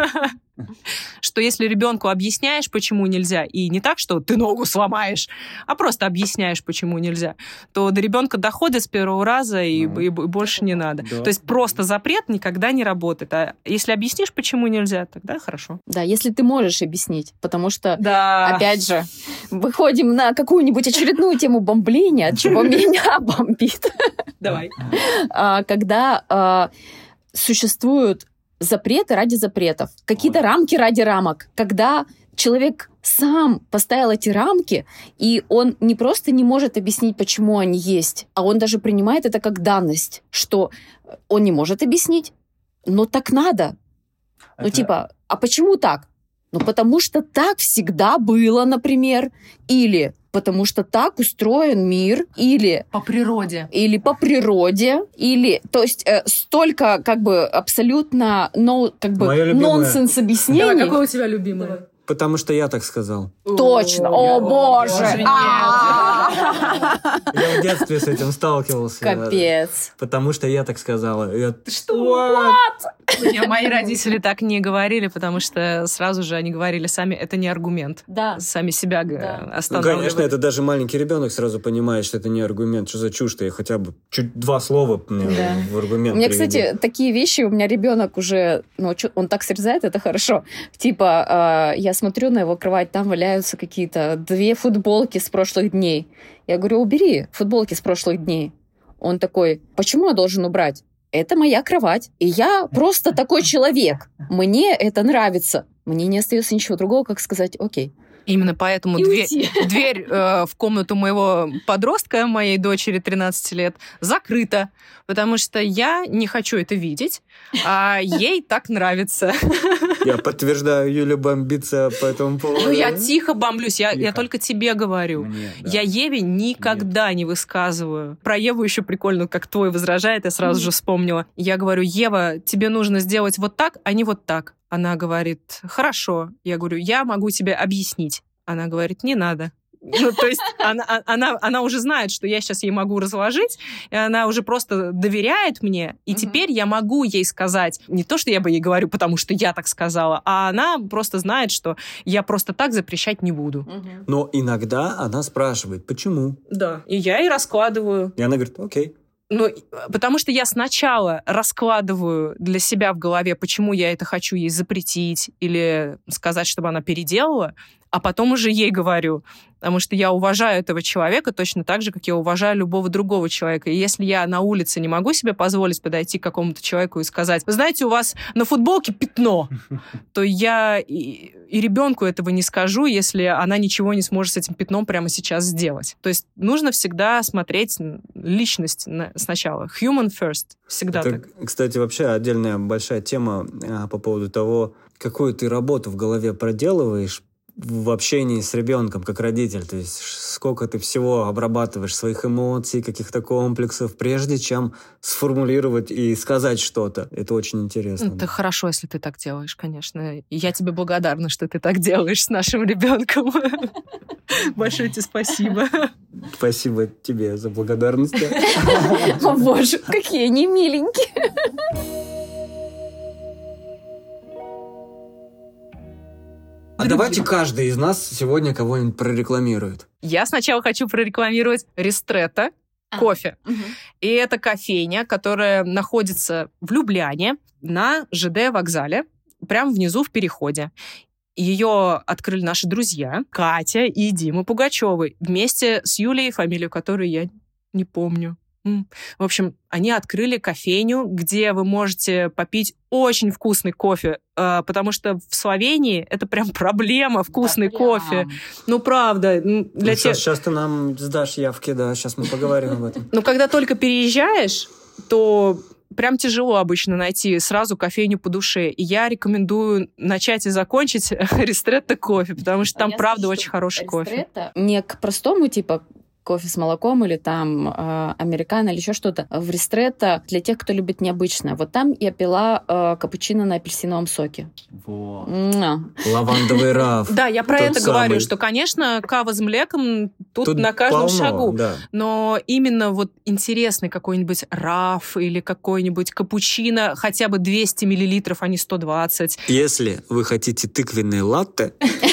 что если ребенку объясняешь, почему нельзя, и не так, что ты ногу сломаешь, а просто объясняешь, почему нельзя, то до ребенка доходит с первого раза, и больше не надо. Да. То есть просто запрет никогда не работает. А если объяснишь, почему нельзя, тогда хорошо. Да, если ты можешь объяснить, потому что, опять же, выходим на какую-нибудь очередную тему бомбления, от чего меня бомбит. Давай. Когда существуют запреты ради запретов, какие-то рамки ради рамок, когда человек сам поставил эти рамки, и он не просто не может объяснить, почему они есть, а он даже принимает это как данность, что он не может объяснить, но так надо. А почему так? Потому что так всегда было, например, или потому что так устроен мир, или по природе, или, то есть столько как бы абсолютно нонсенс объяснений. Давай, какое у тебя любимое? Потому что я так сказал. Точно. О, боже. Я в детстве с этим сталкивался. Капец. Потому что я так сказала. Что? Мои родители так не говорили, потому что сразу же они говорили сами, это не аргумент. Да. Сами себя останавливают. Конечно, это даже маленький ребенок сразу понимает, что это не аргумент. Что за чушь, что я хотя бы чуть 2 слова в аргумент У меня, кстати, такие вещи, у меня ребенок уже, он так срезает, это хорошо. Типа, я смотрю на его кровать, там валяются какие-то 2 футболки с прошлых дней. Я говорю, убери футболки с прошлых дней. Он такой, почему я должен убрать? это моя кровать. И я просто такой человек. Мне это нравится. Мне не остается ничего другого, как сказать «окей». Именно поэтому дверь в комнату моего подростка, моей дочери 13 лет, закрыта, потому что я не хочу это видеть, а ей так нравится. Я подтверждаю, Юля бомбится по этому поводу. Ну, я тихо бомблюсь, я только тебе говорю. Мне, да. Я Еве никогда не высказываю. Про Еву еще прикольно, как твой возражает, я сразу же вспомнила. Я говорю: Ева, тебе нужно сделать вот так, а не вот так. Она говорит: хорошо. Я говорю: я могу тебе объяснить. Она говорит: не надо. Ну, то есть она уже знает, что я сейчас ей могу разложить, и она уже просто доверяет мне, и теперь я могу ей сказать не то, что я бы ей говорю, потому что я так сказала, а она просто знает, что я просто так запрещать не буду. Но иногда она спрашивает, почему? Да. И я ей раскладываю. И она говорит: окей. Ну, потому что я сначала раскладываю для себя в голове, почему я это хочу ей запретить или сказать, чтобы она переделала, а потом уже ей говорю. Потому что я уважаю этого человека точно так же, как я уважаю любого другого человека. И если я на улице не могу себе позволить подойти к какому-то человеку и сказать: вы знаете, у вас на футболке пятно, то я и ребенку этого не скажу, если она ничего не сможет с этим пятном прямо сейчас сделать. То есть нужно всегда смотреть личность сначала. Human first. Всегда Это, так. кстати, вообще отдельная большая тема по поводу того, какую ты работу в голове проделываешь в общении с ребенком как родитель. То есть сколько ты всего обрабатываешь своих эмоций, каких-то комплексов, прежде чем сформулировать и сказать что-то. Это очень интересно. Это хорошо, если ты так делаешь, конечно. И я тебе благодарна, что ты так делаешь с нашим ребенком. Большое тебе спасибо. Спасибо тебе за благодарность. О боже, какие они миленькие. А давайте каждый из нас сегодня кого-нибудь прорекламирует. Я сначала хочу прорекламировать Ристретто кофе. И это кофейня, которая находится в Любляне на ЖД вокзале, прямо внизу в переходе. Ее открыли наши друзья Катя и Дима Пугачевы вместе с Юлей, фамилию которой я не помню. В общем, они открыли кофейню, где вы можете попить очень вкусный кофе, потому что в Словении это прям проблема, вкусный кофе. Ну, правда. Сейчас ты нам сдашь явки, да, сейчас мы поговорим об этом. Ну, когда только переезжаешь, то прям тяжело обычно найти сразу кофейню по душе. И я рекомендую начать и закончить Ристретто кофе, потому что там, правда, очень хороший кофе. Не к простому, типа, кофе с молоком или там американо или еще что-то. В Ристретто для тех, кто любит необычное. Вот там я пила капучино на апельсиновом соке. Лавандовый раф. Да, я про это говорю, что, конечно, кава с млеком тут на каждом шагу. Да. Но именно вот интересный какой-нибудь раф или какой-нибудь капучино, хотя бы 200 миллилитров, а не 120. Если вы хотите тыквенный латте,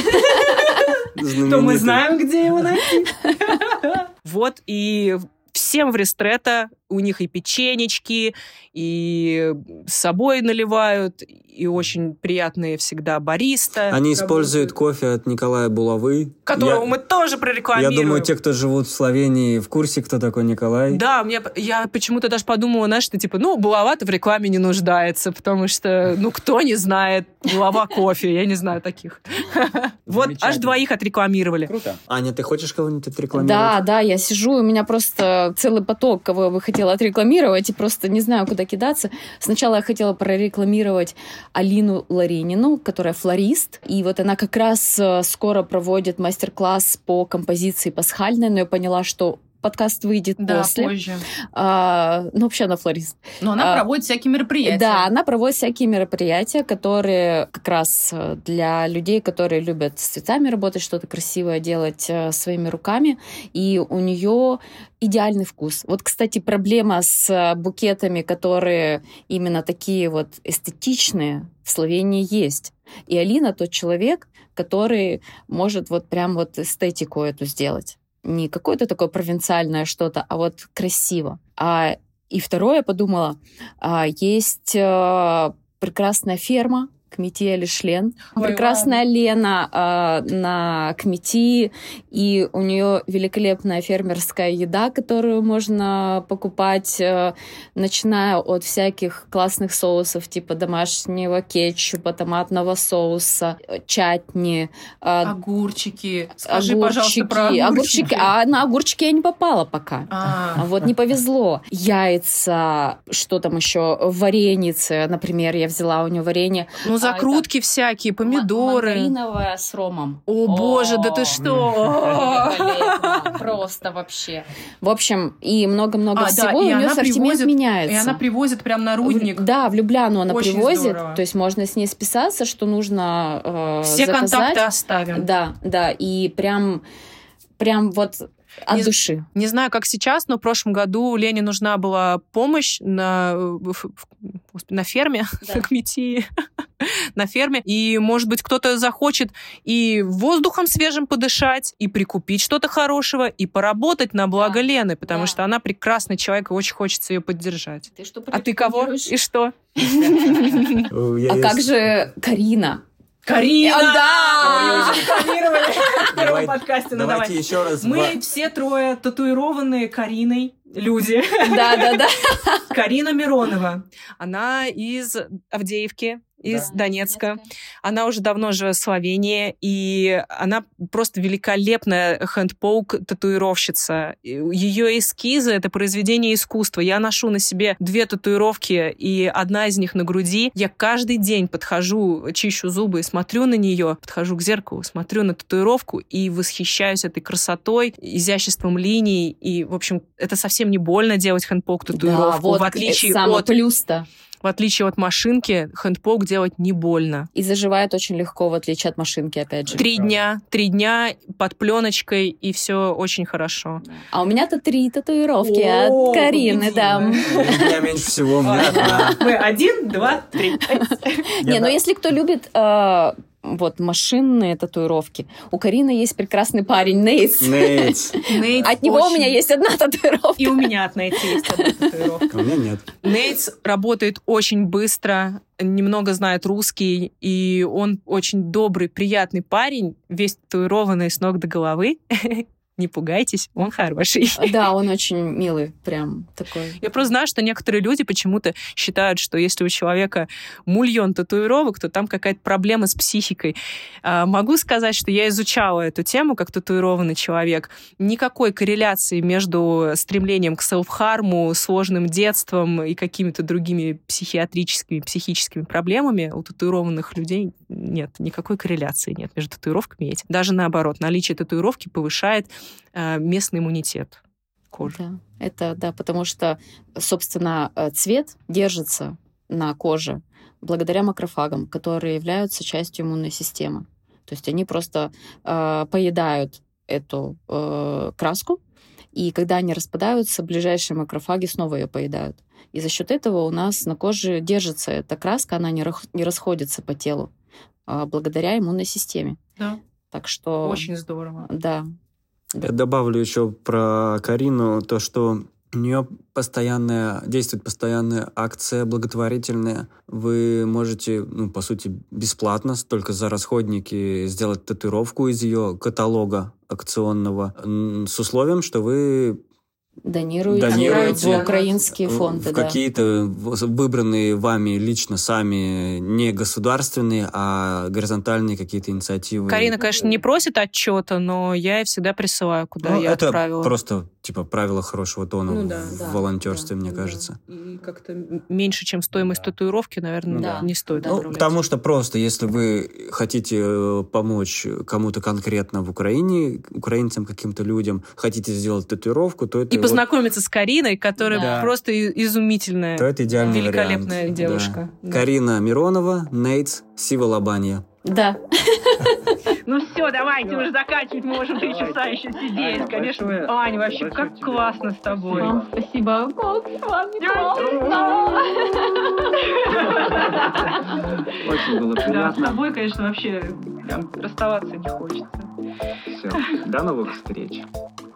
то мы знаем, где его найти. Вот, и всем в Ристретто у них и печенечки, и с собой наливают, и очень приятные всегда бариста. Они используют кофе от Николая Булавы. Которого мы тоже прорекламируем. Я думаю, те, кто живут в Словении, в курсе, кто такой Николай. Да, я почему-то даже подумала, знаешь, что типа, Булава-то в рекламе не нуждается, потому что, кто не знает Булава кофе, я не знаю таких. Вот, аж двоих отрекламировали. Круто. Аня, ты хочешь кого-нибудь отрекламировать? Да, я сижу, у меня просто целый поток, кого я бы хотела отрекламировать, и просто не знаю, куда кидаться. Сначала я хотела прорекламировать Алину Ларинину, которая флорист, и вот она как раз скоро проводит мастер-класс по композиции пасхальной, но я поняла, что подкаст выйдет после. Позже. Вообще она флорист. Но она проводит всякие мероприятия. Да, она проводит всякие мероприятия, которые как раз для людей, которые любят с цветами работать, что-то красивое делать своими руками. И у нее идеальный вкус. Вот, кстати, проблема с букетами, которые именно такие вот эстетичные, в Словении есть. И Алина тот человек, который может вот прям вот эстетику эту сделать. Не какое-то такое провинциальное что-то, а вот красиво. И второе, я подумала, есть прекрасная ферма, Кмети Алишлен. Прекрасная Лена на Кмети, и у нее великолепная фермерская еда, которую можно покупать, начиная от всяких классных соусов, типа домашнего кетчупа, томатного соуса, чатни. Огурчики. Скажи, пожалуйста, про огурчики. А на огурчики я не попала пока. Вот не повезло. Яйца, что там еще? Вареницы, например, я взяла у нее варенье. Ну, закрутки всякие, помидоры. Мандариновая с ромом. О, боже, да ты что? Просто вообще. В общем, и много-много всего. У нее ассортимент меняется. И она привозит прям на Рудник. Да, в Любляну она очень привозит. Здорово. То есть можно с ней списаться, что нужно все заказать. Контакты оставим. Да, и прям вот от души. Не знаю, как сейчас, но в прошлом году Лене нужна была помощь на ферме, на Кмети, на ферме. И, может быть, кто-то захочет и воздухом свежим подышать, и прикупить что-то хорошего, и поработать на благо Лены, потому что она прекрасный человек, и очень хочется ее поддержать. А ты кого? И что? А как же Карина? Карина! Да! Мы уже рекламировали в первом подкасте. Давайте еще раз. Мы все трое татуированные Кариной люди. Да. Карина Миронова. Она из Авдеевки, из Донецка. Она уже давно живет в Словении, и она просто великолепная хэндпоук-татуировщица. Ее эскизы — это произведение искусства. Я ношу на себе 2 татуировки, и одна из них на груди. Я каждый день подхожу, чищу зубы и смотрю на нее, подхожу к зеркалу, смотрю на татуировку и восхищаюсь этой красотой, изяществом линий. И, в общем, это совсем не больно делать хэндпоук-татуировку. Да, вот в отличие самый от... плюс-то. В отличие от машинки, хэндпоук делать не больно. И заживает очень легко, в отличие от машинки, опять же. 3 дня под пленочкой, и все очень хорошо. А у меня-то 3 татуировки от Карины, да. У меня меньше всего, у меня одна. Мы 1, 2, 3. Не, но если кто любит вот машинные татуировки, у Карины есть прекрасный парень Нейтс. От него у меня есть одна татуировка. И у меня от Нейтса есть одна татуировка. У меня нет. Нейтс работает очень быстро, немного знает русский, и он очень добрый, приятный парень, весь татуированный с ног до головы. Не пугайтесь, он хороший. Да, он очень милый, прям такой. Я просто знаю, что некоторые люди почему-то считают, что если у человека мульон татуировок, то там какая-то проблема с психикой. Могу сказать, что я изучала эту тему как татуированный человек. Никакой корреляции между стремлением к селф-харму, сложным детством и какими-то другими психическими проблемами у татуированных людей нет. Никакой корреляции нет между татуировками этим. Даже наоборот, наличие татуировки повышает местный иммунитет кожи. Да, это да, потому что, собственно, цвет держится на коже благодаря макрофагам, которые являются частью иммунной системы. То есть они просто поедают эту краску, и когда они распадаются, ближайшие макрофаги снова ее поедают. И за счет этого у нас на коже держится эта краска, она не расходится по телу благодаря иммунной системе. Да. Так что... Очень здорово. Да. Я добавлю еще про Карину то, что у нее действует постоянная акция благотворительная. Вы можете, по сути, бесплатно, только за расходники, сделать татуировку из ее каталога акционного с условием, что вы донируете в украинские фонды. В какие-то выбранные вами лично сами не государственные, а горизонтальные какие-то инициативы. Карина, конечно, не просит отчета, но я ей всегда присылаю, куда я отправила. Это просто правило хорошего тона в волонтерстве, мне кажется. И как-то меньше, чем стоимость татуировки, наверное, не стоит отправлять. Потому что просто, если вы хотите помочь кому-то конкретно в Украине, украинцам, каким-то людям, хотите сделать татуировку, то это... И познакомиться с Кариной, которая просто изумительная, то это идеальный великолепная вариант. девушка. Да. Карина Миронова, Нейтс, Сива Лобанья. Да. Ну все, давайте уже заканчивать, мы можем 3 часа еще сидеть, конечно. Аня, вообще, как классно с тобой. Вам спасибо. Как с вами классно. Очень было Да, с приятно. тобой, конечно, вообще прям расставаться не хочется. Все, до новых встреч.